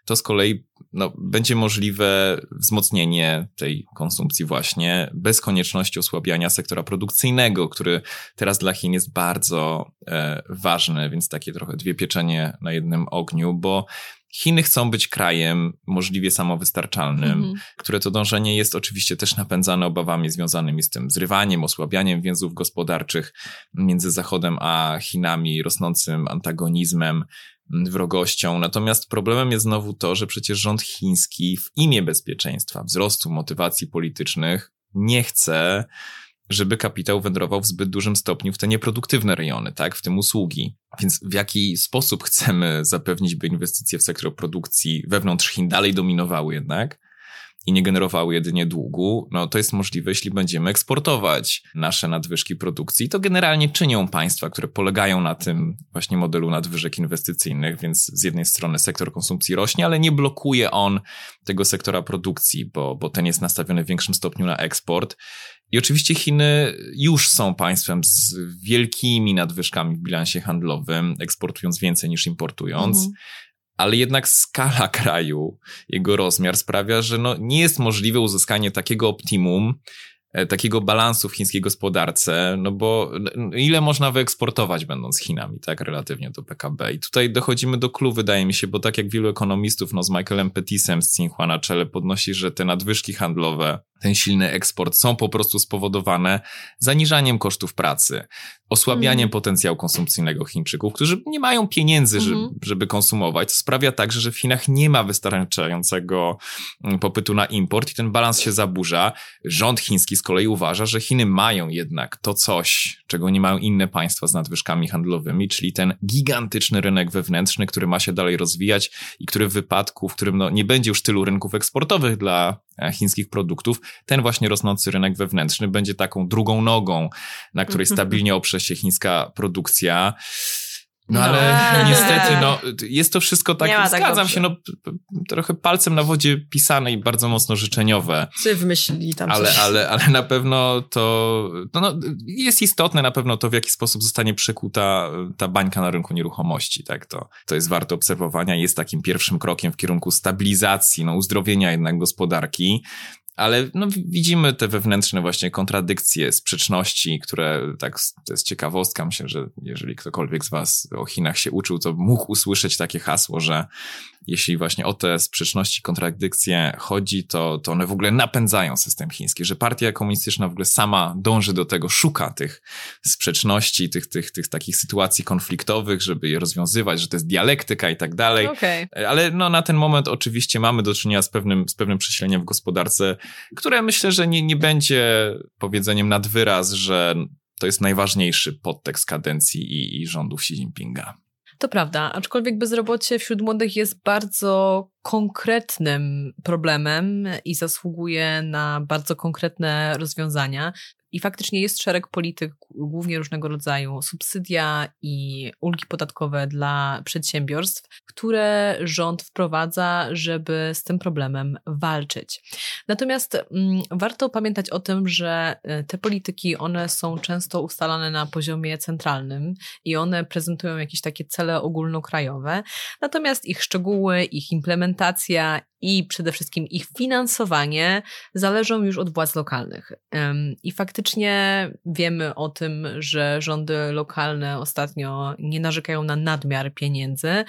S2: to z kolei no, będzie możliwe wzmocnienie tej konsumpcji właśnie bez konieczności osłabiania sektora produkcyjnego, który teraz dla Chin jest bardzo e, ważny, więc takie trochę dwie pieczenie na jednym ogniu, bo Chiny chcą być krajem możliwie samowystarczalnym, mm-hmm. które to dążenie jest oczywiście też napędzane obawami związanymi z tym zrywaniem, osłabianiem więzów gospodarczych między Zachodem a Chinami, rosnącym antagonizmem, wrogością. Natomiast problemem jest znowu to, że przecież rząd chiński w imię bezpieczeństwa, wzrostu, motywacji politycznych nie chce, żeby kapitał wędrował w zbyt dużym stopniu w te nieproduktywne rejony, tak, w tym usługi. Więc w jaki sposób chcemy zapewnić, by inwestycje w sektor produkcji wewnątrz Chin dalej dominowały jednak i nie generowały jedynie długu, no to jest możliwe, jeśli będziemy eksportować nasze nadwyżki produkcji. To generalnie czynią państwa, które polegają na tym właśnie modelu nadwyżek inwestycyjnych, więc z jednej strony sektor konsumpcji rośnie, ale nie blokuje on tego sektora produkcji, bo, bo ten jest nastawiony w większym stopniu na eksport. I oczywiście Chiny już są państwem z wielkimi nadwyżkami w bilansie handlowym, eksportując więcej niż importując. Mhm. Ale jednak skala kraju, jego rozmiar sprawia, że no nie jest możliwe uzyskanie takiego optimum, takiego balansu w chińskiej gospodarce, no bo ile można wyeksportować będąc Chinami, tak, relatywnie do P K B. I tutaj dochodzimy do clou, wydaje mi się, bo tak jak wielu ekonomistów, no z Michaelem Pettisem z Tsinghua na czele podnosi, że te nadwyżki handlowe, ten silny eksport są po prostu spowodowane zaniżaniem kosztów pracy, osłabianiem mm. potencjału konsumpcyjnego Chińczyków, którzy nie mają pieniędzy, żeby, mm. żeby konsumować. To sprawia także, że w Chinach nie ma wystarczającego popytu na import i ten balans się zaburza. Rząd chiński z kolei uważa, że Chiny mają jednak to coś, czego nie mają inne państwa z nadwyżkami handlowymi, czyli ten gigantyczny rynek wewnętrzny, który ma się dalej rozwijać i który w wypadku, w którym no, nie będzie już tylu rynków eksportowych dla chińskich produktów, ten właśnie rosnący rynek wewnętrzny będzie taką drugą nogą, na której stabilnie oprze się chińska produkcja. No, no ale niestety, no, jest to wszystko tak, zgadzam się, no, trochę palcem na wodzie pisane i bardzo mocno życzeniowe.
S3: Czy wymyślili tam
S2: ale,
S3: coś.
S2: Ale, ale na pewno to, no, no, jest istotne na pewno to, w jaki sposób zostanie przekuta ta bańka na rynku nieruchomości, tak, to, to jest warte obserwowania, jest takim pierwszym krokiem w kierunku stabilizacji, no, uzdrowienia jednak gospodarki. Ale no, widzimy te wewnętrzne właśnie kontradykcje, sprzeczności, które tak, to jest ciekawostka. Myślę, że jeżeli ktokolwiek z was o Chinach się uczył, to mógł usłyszeć takie hasło, że jeśli właśnie o te sprzeczności, kontradykcje chodzi, to, to one w ogóle napędzają system chiński, że partia komunistyczna w ogóle sama dąży do tego, szuka tych sprzeczności, tych, tych, tych takich sytuacji konfliktowych, żeby je rozwiązywać, że to jest dialektyka i tak dalej.
S1: Okay.
S2: Ale no, na ten moment oczywiście mamy do czynienia z pewnym, z pewnym prześleniem w gospodarce, które myślę, że nie, nie będzie powiedzeniem nad wyraz, że to jest najważniejszy podtekst kadencji i, i rządów Xi Jinpinga.
S1: To prawda, aczkolwiek bezrobocie wśród młodych jest bardzo konkretnym problemem i zasługuje na bardzo konkretne rozwiązania. I faktycznie jest szereg polityk, głównie różnego rodzaju, subsydia i ulgi podatkowe dla przedsiębiorstw, które rząd wprowadza, żeby z tym problemem walczyć. Natomiast mm, warto pamiętać o tym, że te polityki, one są często ustalane na poziomie centralnym i one prezentują jakieś takie cele ogólnokrajowe, natomiast ich szczegóły, ich implementacja i przede wszystkim ich finansowanie zależą już od władz lokalnych. I faktycznie wiemy o tym, że rządy lokalne ostatnio nie narzekają na nadmiar pieniędzy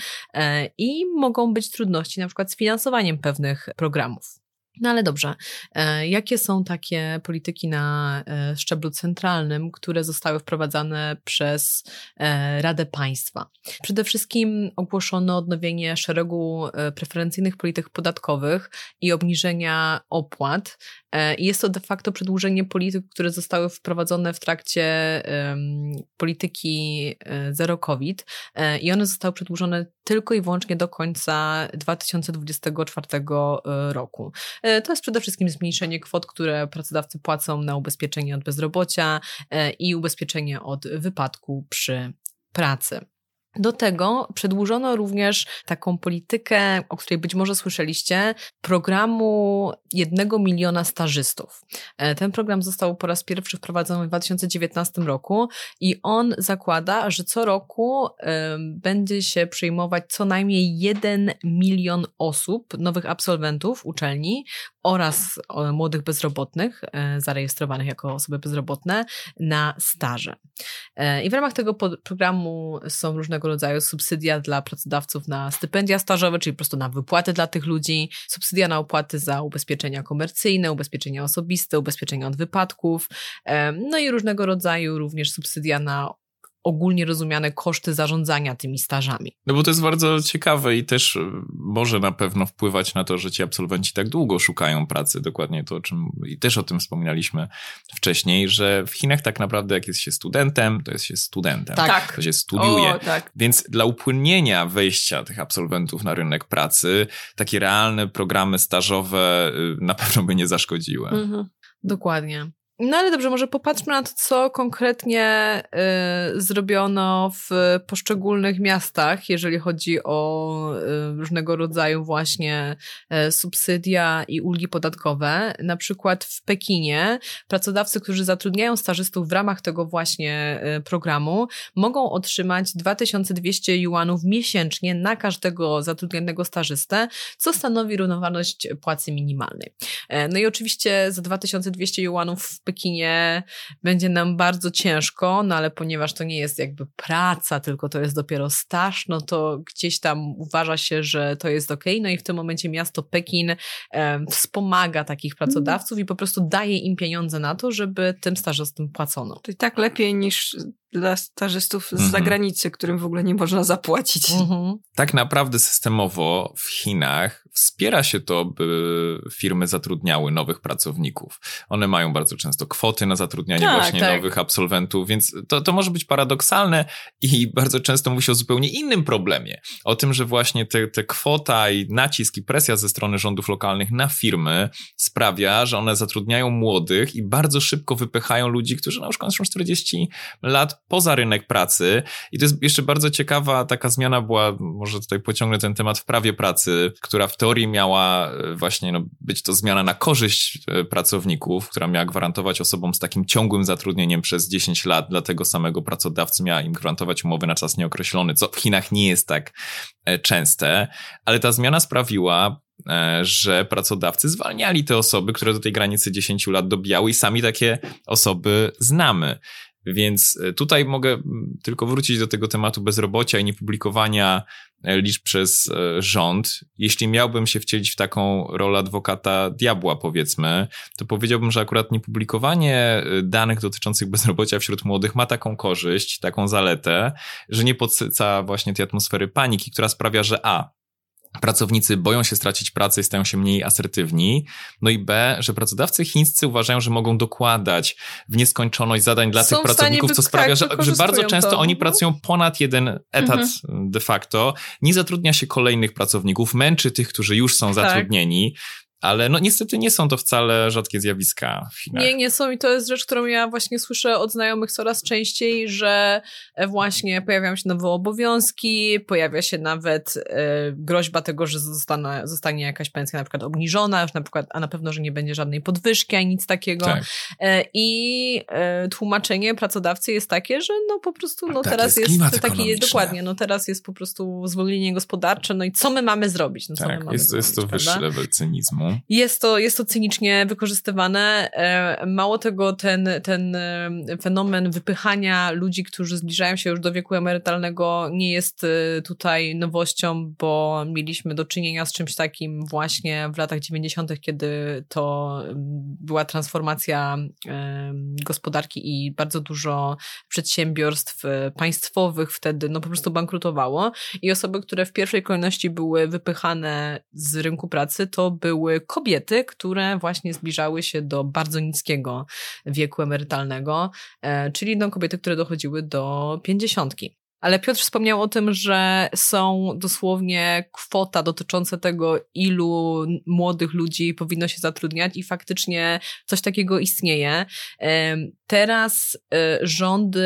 S1: i mogą być trudności na przykład z finansowaniem pewnych programów. No ale dobrze, jakie są takie polityki na szczeblu centralnym, które zostały wprowadzane przez Radę Państwa? Przede wszystkim ogłoszono odnowienie szeregu preferencyjnych polityk podatkowych i obniżenia opłat. I jest to de facto przedłużenie polityk, które zostały wprowadzone w trakcie um, polityki zero COVID i one zostały przedłużone tylko i wyłącznie do końca dwa tysiące dwudziestego czwartego roku. To jest przede wszystkim zmniejszenie kwot, które pracodawcy płacą na ubezpieczenie od bezrobocia i ubezpieczenie od wypadku przy pracy. Do tego przedłużono również taką politykę, o której być może słyszeliście, programu jednego miliona stażystów. Ten program został po raz pierwszy wprowadzony w dwa tysiące dziewiętnastym roku i on zakłada, że co roku y, będzie się przyjmować co najmniej jeden milion osób, nowych absolwentów uczelni oraz o, młodych bezrobotnych, y, zarejestrowanych jako osoby bezrobotne na staże. Y, I w ramach tego pod- programu są różnego rodzaju subsydia dla pracodawców na stypendia stażowe, czyli po prostu na wypłaty dla tych ludzi, subsydia na opłaty za ubezpieczenia komercyjne, ubezpieczenia osobiste, ubezpieczenia od wypadków, no i różnego rodzaju również subsydia na ogólnie rozumiane koszty zarządzania tymi stażami.
S2: No bo to jest bardzo ciekawe i też może na pewno wpływać na to, że ci absolwenci tak długo szukają pracy. Dokładnie to, o czym i też o tym wspominaliśmy wcześniej, że w Chinach tak naprawdę jak jest się studentem, to jest się studentem.
S1: Tak.
S2: To się studiuje.
S3: O, tak.
S2: Więc dla upłynnienia wejścia tych absolwentów na rynek pracy, takie realne programy stażowe na pewno by nie zaszkodziły.
S3: Mhm.
S1: Dokładnie. No ale dobrze, może popatrzmy na to, co konkretnie y, zrobiono w poszczególnych miastach, jeżeli chodzi o y, różnego rodzaju właśnie y, subsydia i ulgi podatkowe. Na przykład w Pekinie pracodawcy, którzy zatrudniają stażystów w ramach tego właśnie y, programu, mogą otrzymać dwa tysiące dwieście juanów miesięcznie na każdego zatrudnionego stażystę, co stanowi równowartość płacy minimalnej. Y, no i oczywiście za dwa tysiące dwieście juanów w Pekinie będzie nam bardzo ciężko, no ale ponieważ to nie jest jakby praca, tylko to jest dopiero staż, no to gdzieś tam uważa się, że to jest okej, no i w tym momencie miasto Pekin e, wspomaga takich pracodawców i po prostu daje im pieniądze na to, żeby tym stażystom płacono.
S3: To i tak lepiej niż dla stażystów z
S2: Mhm.
S3: zagranicy, którym w ogóle nie można zapłacić.
S1: Mhm.
S2: Tak naprawdę systemowo w Chinach wspiera się to, by firmy zatrudniały nowych pracowników. One mają bardzo często kwoty na zatrudnianie
S3: Tak,
S2: właśnie
S1: tak.
S2: nowych absolwentów, więc to, to może być paradoksalne i bardzo często mówi się o zupełnie innym problemie. O tym, że właśnie te, te kwota i nacisk i presja ze strony rządów lokalnych na firmy sprawia, że one zatrudniają młodych i bardzo szybko wypychają ludzi, którzy na przykład kończą czterdzieści lat poza rynek pracy. I to jest jeszcze bardzo ciekawa taka zmiana była, może tutaj pociągnę ten temat w prawie pracy, która w teorii miała właśnie no, być to zmiana na korzyść pracowników, która miała gwarantować osobom z takim ciągłym zatrudnieniem przez dziesięć lat dla tego samego pracodawcy, miała im gwarantować umowy na czas nieokreślony, co w Chinach nie jest tak częste, ale ta zmiana sprawiła, że pracodawcy zwalniali te osoby, które do tej granicy dziesięć lat dobijały i sami takie osoby znamy. Więc tutaj mogę tylko wrócić do tego tematu bezrobocia i niepublikowania liczb przez rząd. Jeśli miałbym się wcielić w taką rolę adwokata diabła, powiedzmy, to powiedziałbym, że akurat niepublikowanie danych dotyczących bezrobocia wśród młodych ma taką korzyść, taką zaletę, że nie podsyca właśnie tej atmosfery paniki, która sprawia, że a, pracownicy boją się stracić pracę i stają się mniej asertywni, no i b, że pracodawcy chińscy uważają, że mogą dokładać w nieskończoność zadań dla
S1: Są
S2: tych pracowników,
S1: wy-
S2: co sprawia,
S1: tak,
S2: że, że bardzo
S1: wykorzystują
S2: często
S1: to.
S2: oni
S1: Mhm.
S2: pracują ponad jeden etat
S3: Mhm.
S2: de facto, nie zatrudnia się kolejnych pracowników, męczy tych, którzy już są zatrudnieni, ale no niestety nie są to wcale rzadkie zjawiska w Chinach.
S1: Nie, nie są i to jest rzecz, którą ja właśnie słyszę od znajomych coraz częściej, że właśnie pojawiają się nowe obowiązki, pojawia się nawet e, groźba tego, że zostanie, zostanie jakaś pensja na przykład obniżona, już na przykład, a na pewno, że nie będzie żadnej podwyżki, ani nic takiego.
S2: Tak.
S1: E, I e, tłumaczenie pracodawcy jest takie, że no po prostu no
S2: Tak,
S1: teraz
S2: jest
S1: jest,
S2: klimat
S1: taki,
S2: ekonomiczny.
S1: dokładnie, no teraz jest po prostu zwolnienie gospodarcze, no i co my mamy zrobić? No, co my
S2: Tak,
S1: mamy
S2: jest, jest to
S1: zrobić,
S2: wyższy
S1: prawda?
S2: level cynizmu.
S1: Jest to, jest to cynicznie wykorzystywane. Mało tego, ten, ten fenomen wypychania ludzi, którzy zbliżają się już do wieku emerytalnego, nie jest tutaj nowością, bo mieliśmy do czynienia z czymś takim właśnie w latach dziewięćdziesiątych, kiedy to była transformacja gospodarki i bardzo dużo przedsiębiorstw państwowych wtedy no po prostu bankrutowało i osoby, które w pierwszej kolejności były wypychane z rynku pracy, to były kobiety, które właśnie zbliżały się do bardzo niskiego wieku emerytalnego, czyli no kobiety, które dochodziły do pięćdziesiątki. Ale Piotr wspomniał o tym, że są dosłownie kwota dotycząca tego, ilu młodych ludzi powinno się zatrudniać i faktycznie coś takiego istnieje. Teraz rządy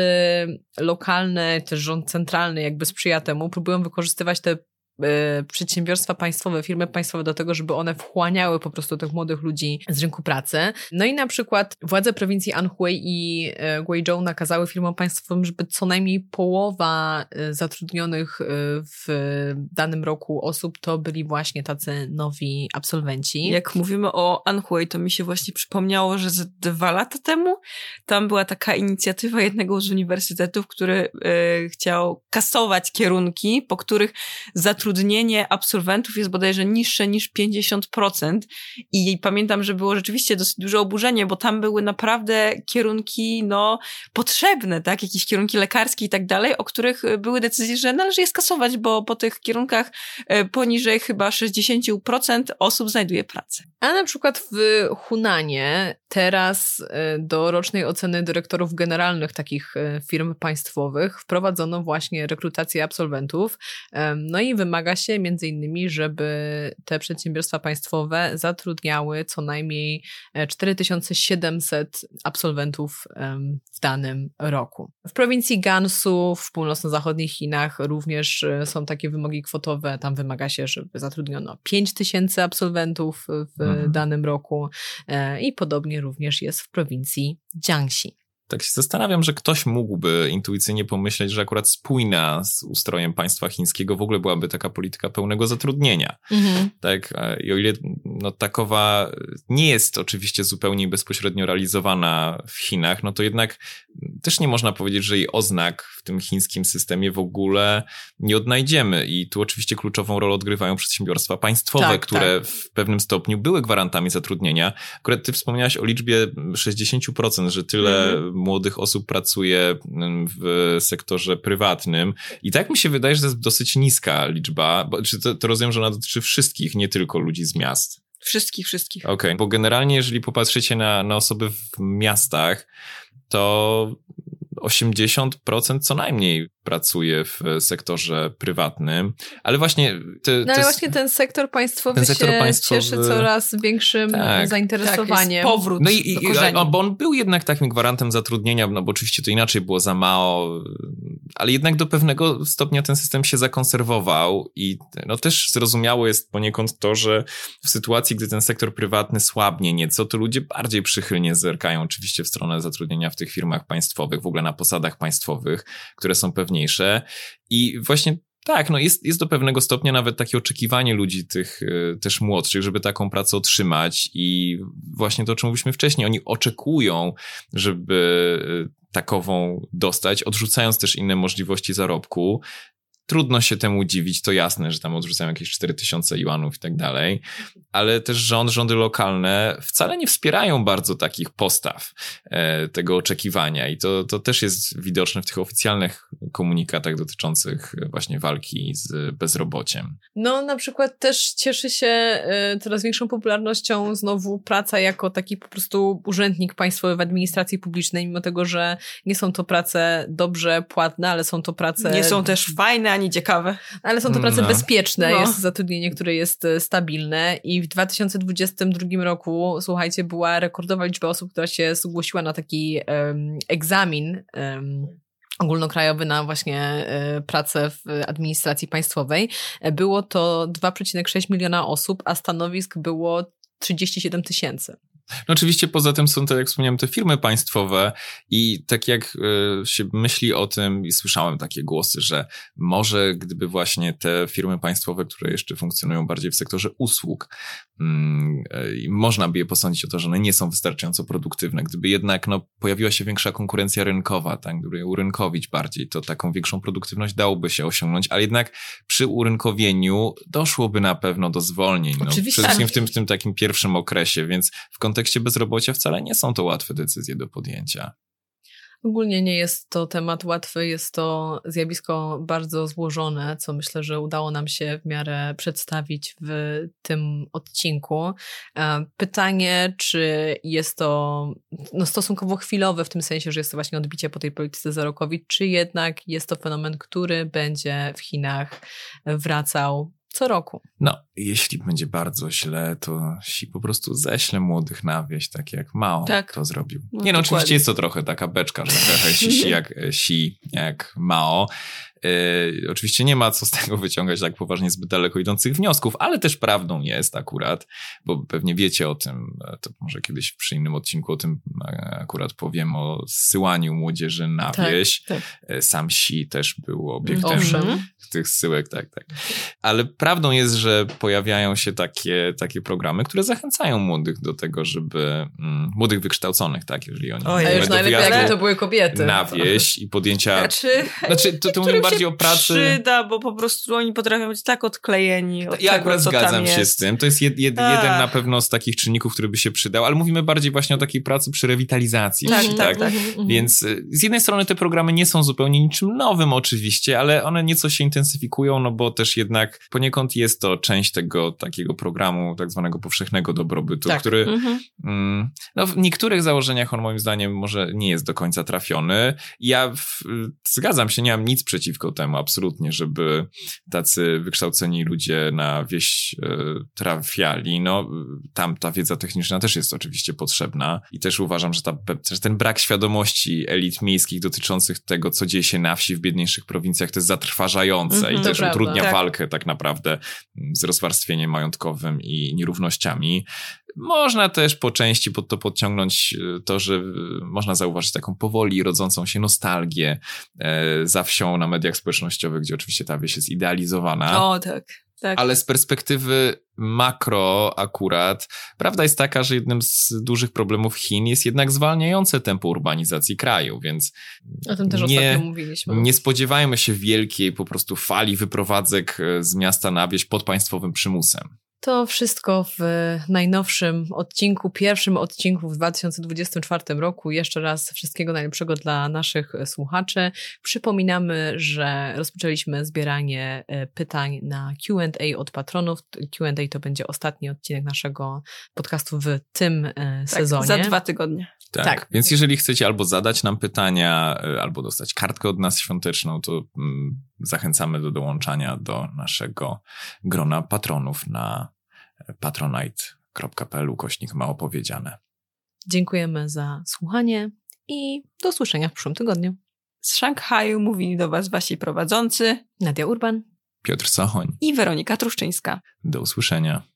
S1: lokalne, też rząd centralny jakby sprzyja temu, próbują wykorzystywać te przedsiębiorstwa państwowe, firmy państwowe do tego, żeby one wchłaniały po prostu tych młodych ludzi z rynku pracy. No i na przykład władze prowincji Anhui i Guizhou nakazały firmom państwowym, żeby co najmniej połowa zatrudnionych w danym roku osób to byli właśnie tacy nowi absolwenci.
S3: Jak mówimy o Anhui, to mi się właśnie przypomniało, że z dwa lata temu tam była taka inicjatywa jednego z uniwersytetów, który y, chciał kasować kierunki, po których zatrudniono Zatrudnienie absolwentów jest bodajże niższe niż pięćdziesiąt procent i pamiętam, że było rzeczywiście dosyć duże oburzenie, bo tam były naprawdę kierunki no potrzebne, tak, jakieś kierunki lekarskie i tak dalej, o których były decyzje, że należy je skasować, bo po tych kierunkach poniżej chyba sześćdziesiąt procent osób znajduje pracę.
S1: A na przykład w Hunanie teraz do rocznej oceny dyrektorów generalnych takich firm państwowych wprowadzono właśnie rekrutację absolwentów, no i wymaga się między innymi, żeby te przedsiębiorstwa państwowe zatrudniały co najmniej cztery tysiące siedemset absolwentów w danym roku. W prowincji Gansu w północno-zachodnich Chinach również są takie wymogi kwotowe. Tam wymaga się, żeby zatrudniono pięć tysięcy absolwentów w mhm. danym roku i podobnie również jest w prowincji Jiangxi.
S2: Tak się zastanawiam, że ktoś mógłby intuicyjnie pomyśleć, że akurat spójna z ustrojem państwa chińskiego w ogóle byłaby taka polityka pełnego zatrudnienia. Mhm. Tak, i o ile no, takowa nie jest oczywiście zupełnie bezpośrednio realizowana w Chinach, no to jednak też nie można powiedzieć, że jej oznak w tym chińskim systemie w ogóle nie odnajdziemy. I tu oczywiście kluczową rolę odgrywają przedsiębiorstwa państwowe, tak, które tak. w pewnym stopniu były gwarantami zatrudnienia. Akurat ty wspomniałaś o liczbie sześćdziesiąt procent, że tyle mhm. młodych osób pracuje w sektorze prywatnym i tak mi się wydaje, że to jest dosyć niska liczba, bo czy to, to rozumiem, że ona dotyczy wszystkich, nie tylko ludzi z miast.
S3: Wszystkich, wszystkich.
S2: Okej, okay. Bo generalnie jeżeli popatrzycie na, na osoby w miastach, to osiemdziesiąt procent co najmniej pracuje w sektorze prywatnym, ale właśnie... Te,
S1: no ale
S2: te,
S1: właśnie ten sektor państwowy ten sektor
S2: się
S1: państwowy... cieszy coraz większym tak. zainteresowaniem.
S3: Tak, powrót
S2: no i, i, a, bo on był jednak takim gwarantem zatrudnienia, no bo oczywiście to inaczej było za mało, ale jednak do pewnego stopnia ten system się zakonserwował i no też zrozumiałe jest poniekąd to, że w sytuacji, gdy ten sektor prywatny słabnie nieco, to ludzie bardziej przychylnie zerkają oczywiście w stronę zatrudnienia w tych firmach państwowych, w ogóle na posadach państwowych, które są pewniejsze i właśnie tak, no jest, jest do pewnego stopnia nawet takie oczekiwanie ludzi tych y, też młodszych, żeby taką pracę otrzymać i właśnie to, o czym mówiliśmy wcześniej, oni oczekują, żeby y, takową dostać, odrzucając też inne możliwości zarobku. Trudno się temu dziwić, to jasne, że tam odrzucają jakieś cztery tysiące juanów i tak dalej, ale też rząd, rządy lokalne wcale nie wspierają bardzo takich postaw, e, tego oczekiwania i to, to też jest widoczne w tych oficjalnych komunikatach dotyczących właśnie walki z bezrobociem.
S1: No na przykład też cieszy się y, coraz większą popularnością znowu praca jako taki po prostu urzędnik państwowy w administracji publicznej, mimo tego, że nie są to prace dobrze płatne, ale są to prace...
S3: Nie są też fajne, ani ciekawe.
S1: Ale są to prace
S2: no.
S1: bezpieczne,
S3: no.
S1: jest zatrudnienie, które jest stabilne i w dwa tysiące dwudziestym drugim roku, słuchajcie, była rekordowa liczba osób, która się zgłosiła na taki um, egzamin um, ogólnokrajowy na właśnie y, pracę w administracji państwowej. Było to dwa przecinek sześć miliona osób, a stanowisk było trzydzieści siedem tysięcy.
S2: No oczywiście poza tym są te, jak wspomniałem, te firmy państwowe i tak jak y, się myśli o tym i słyszałem takie głosy, że może gdyby właśnie te firmy państwowe, które jeszcze funkcjonują bardziej w sektorze usług, y, y, można by je posądzić o to, że one nie są wystarczająco produktywne. Gdyby jednak no, pojawiła się większa konkurencja rynkowa, tak, gdyby je urynkowić bardziej, to taką większą produktywność dałoby się osiągnąć, ale jednak przy urynkowieniu doszłoby na pewno do zwolnień. No, przede wszystkim w tym, w tym takim pierwszym okresie, więc w kontekście bezrobocia wcale nie są to łatwe decyzje do podjęcia.
S1: Ogólnie nie jest to temat łatwy, jest to zjawisko bardzo złożone, co myślę, że udało nam się w miarę przedstawić w tym odcinku. Pytanie, czy jest to no, stosunkowo chwilowe, w tym sensie, że jest to właśnie odbicie po tej polityce zero COVID, czy jednak jest to fenomen, który będzie w Chinach wracał co roku.
S2: No, jeśli będzie bardzo źle, to Xi po prostu ześle młodych na wieś, tak jak Mao
S3: tak.
S2: to zrobił.
S3: No,
S2: Nie no,
S3: dokładnie.
S2: oczywiście jest to trochę taka beczka, że trochę Xi jak, Xi jak Mao. Yy, oczywiście nie ma co z tego wyciągać tak poważnie zbyt daleko idących wniosków, ale też prawdą jest akurat, bo pewnie wiecie o tym, to może kiedyś przy innym odcinku o tym akurat powiem, o zsyłaniu młodzieży na
S1: tak,
S2: wieś.
S1: Tak.
S2: Sam Xi też był obiektem
S1: Owszem.
S2: tych zsyłek, tak, tak. Ale prawdą jest, że pojawiają się takie, takie programy, które zachęcają młodych do tego, żeby mm, młodych wykształconych, tak, jeżeli oni
S1: A już najlepiej, jakby to były kobiety.
S2: Na wieś i podjęcia...
S3: Znaczy,
S2: znaczy to, to mówię bardziej o pracy...
S3: przyda, bo po prostu oni potrafią być tak odklejeni od
S2: Ja
S3: tego,
S2: akurat
S3: co
S2: zgadzam
S3: tam
S2: się
S3: jest.
S2: z tym. To jest jed, jed, jeden na pewno z takich czynników, który by się przydał, ale mówimy bardziej właśnie o takiej pracy przy rewitalizacji.
S3: Tak,
S2: wsi,
S3: tak, tak.
S2: Więc y, z jednej strony te programy nie są zupełnie niczym nowym oczywiście, ale one nieco się intensyfikują, no bo też jednak poniekąd jest to część tego takiego programu tak zwanego powszechnego dobrobytu,
S1: tak.
S2: który
S3: Mhm.
S2: mm, no w niektórych założeniach on moim zdaniem może nie jest do końca trafiony. Ja w, zgadzam się, nie mam nic przeciwko temu absolutnie, żeby tacy wykształceni ludzie na wieś y, trafiali. No tam ta wiedza techniczna też jest oczywiście potrzebna i też uważam, że ta, też ten brak świadomości elit miejskich dotyczących tego, co dzieje się na wsi w biedniejszych prowincjach, to jest zatrważające
S3: Mhm,
S2: i
S3: to
S2: też
S1: prawda.
S2: utrudnia
S3: Tak.
S2: walkę tak naprawdę z rozwarstwieniem majątkowym i nierównościami. Można też po części pod to podciągnąć to, że można zauważyć taką powoli rodzącą się nostalgię za wsią na mediach społecznościowych, gdzie oczywiście ta wieś jest idealizowana.
S3: O, tak. tak.
S2: Ale z perspektywy makro akurat, prawda jest taka, że jednym z dużych problemów Chin jest jednak zwalniające tempo urbanizacji kraju, więc
S1: O tym też
S2: nie,
S1: ostatnio mówiliśmy.
S2: nie spodziewajmy się wielkiej po prostu fali wyprowadzek z miasta na wieś pod państwowym przymusem.
S1: To wszystko w najnowszym odcinku, pierwszym odcinku w dwa tysiące dwudziestym czwartym roku. Jeszcze raz wszystkiego najlepszego dla naszych słuchaczy. Przypominamy, że rozpoczęliśmy zbieranie pytań na Q and A od patronów. Q and A to będzie ostatni odcinek naszego podcastu w tym
S3: tak,
S1: sezonie.
S3: Za dwa tygodnie.
S2: Tak.
S1: Tak.
S2: Więc jeżeli chcecie albo zadać nam pytania, albo dostać kartkę od nas świąteczną, to mm, zachęcamy do dołączania do naszego grona patronów na patronite.pl ukośnik mało powiedziane.
S1: Dziękujemy za słuchanie i do usłyszenia w przyszłym tygodniu.
S3: Z Szanghaju mówili do was wasi prowadzący
S1: Nadia Urban.
S2: Piotr Sochoń.
S3: i Weronika Truszczyńska.
S2: Do usłyszenia.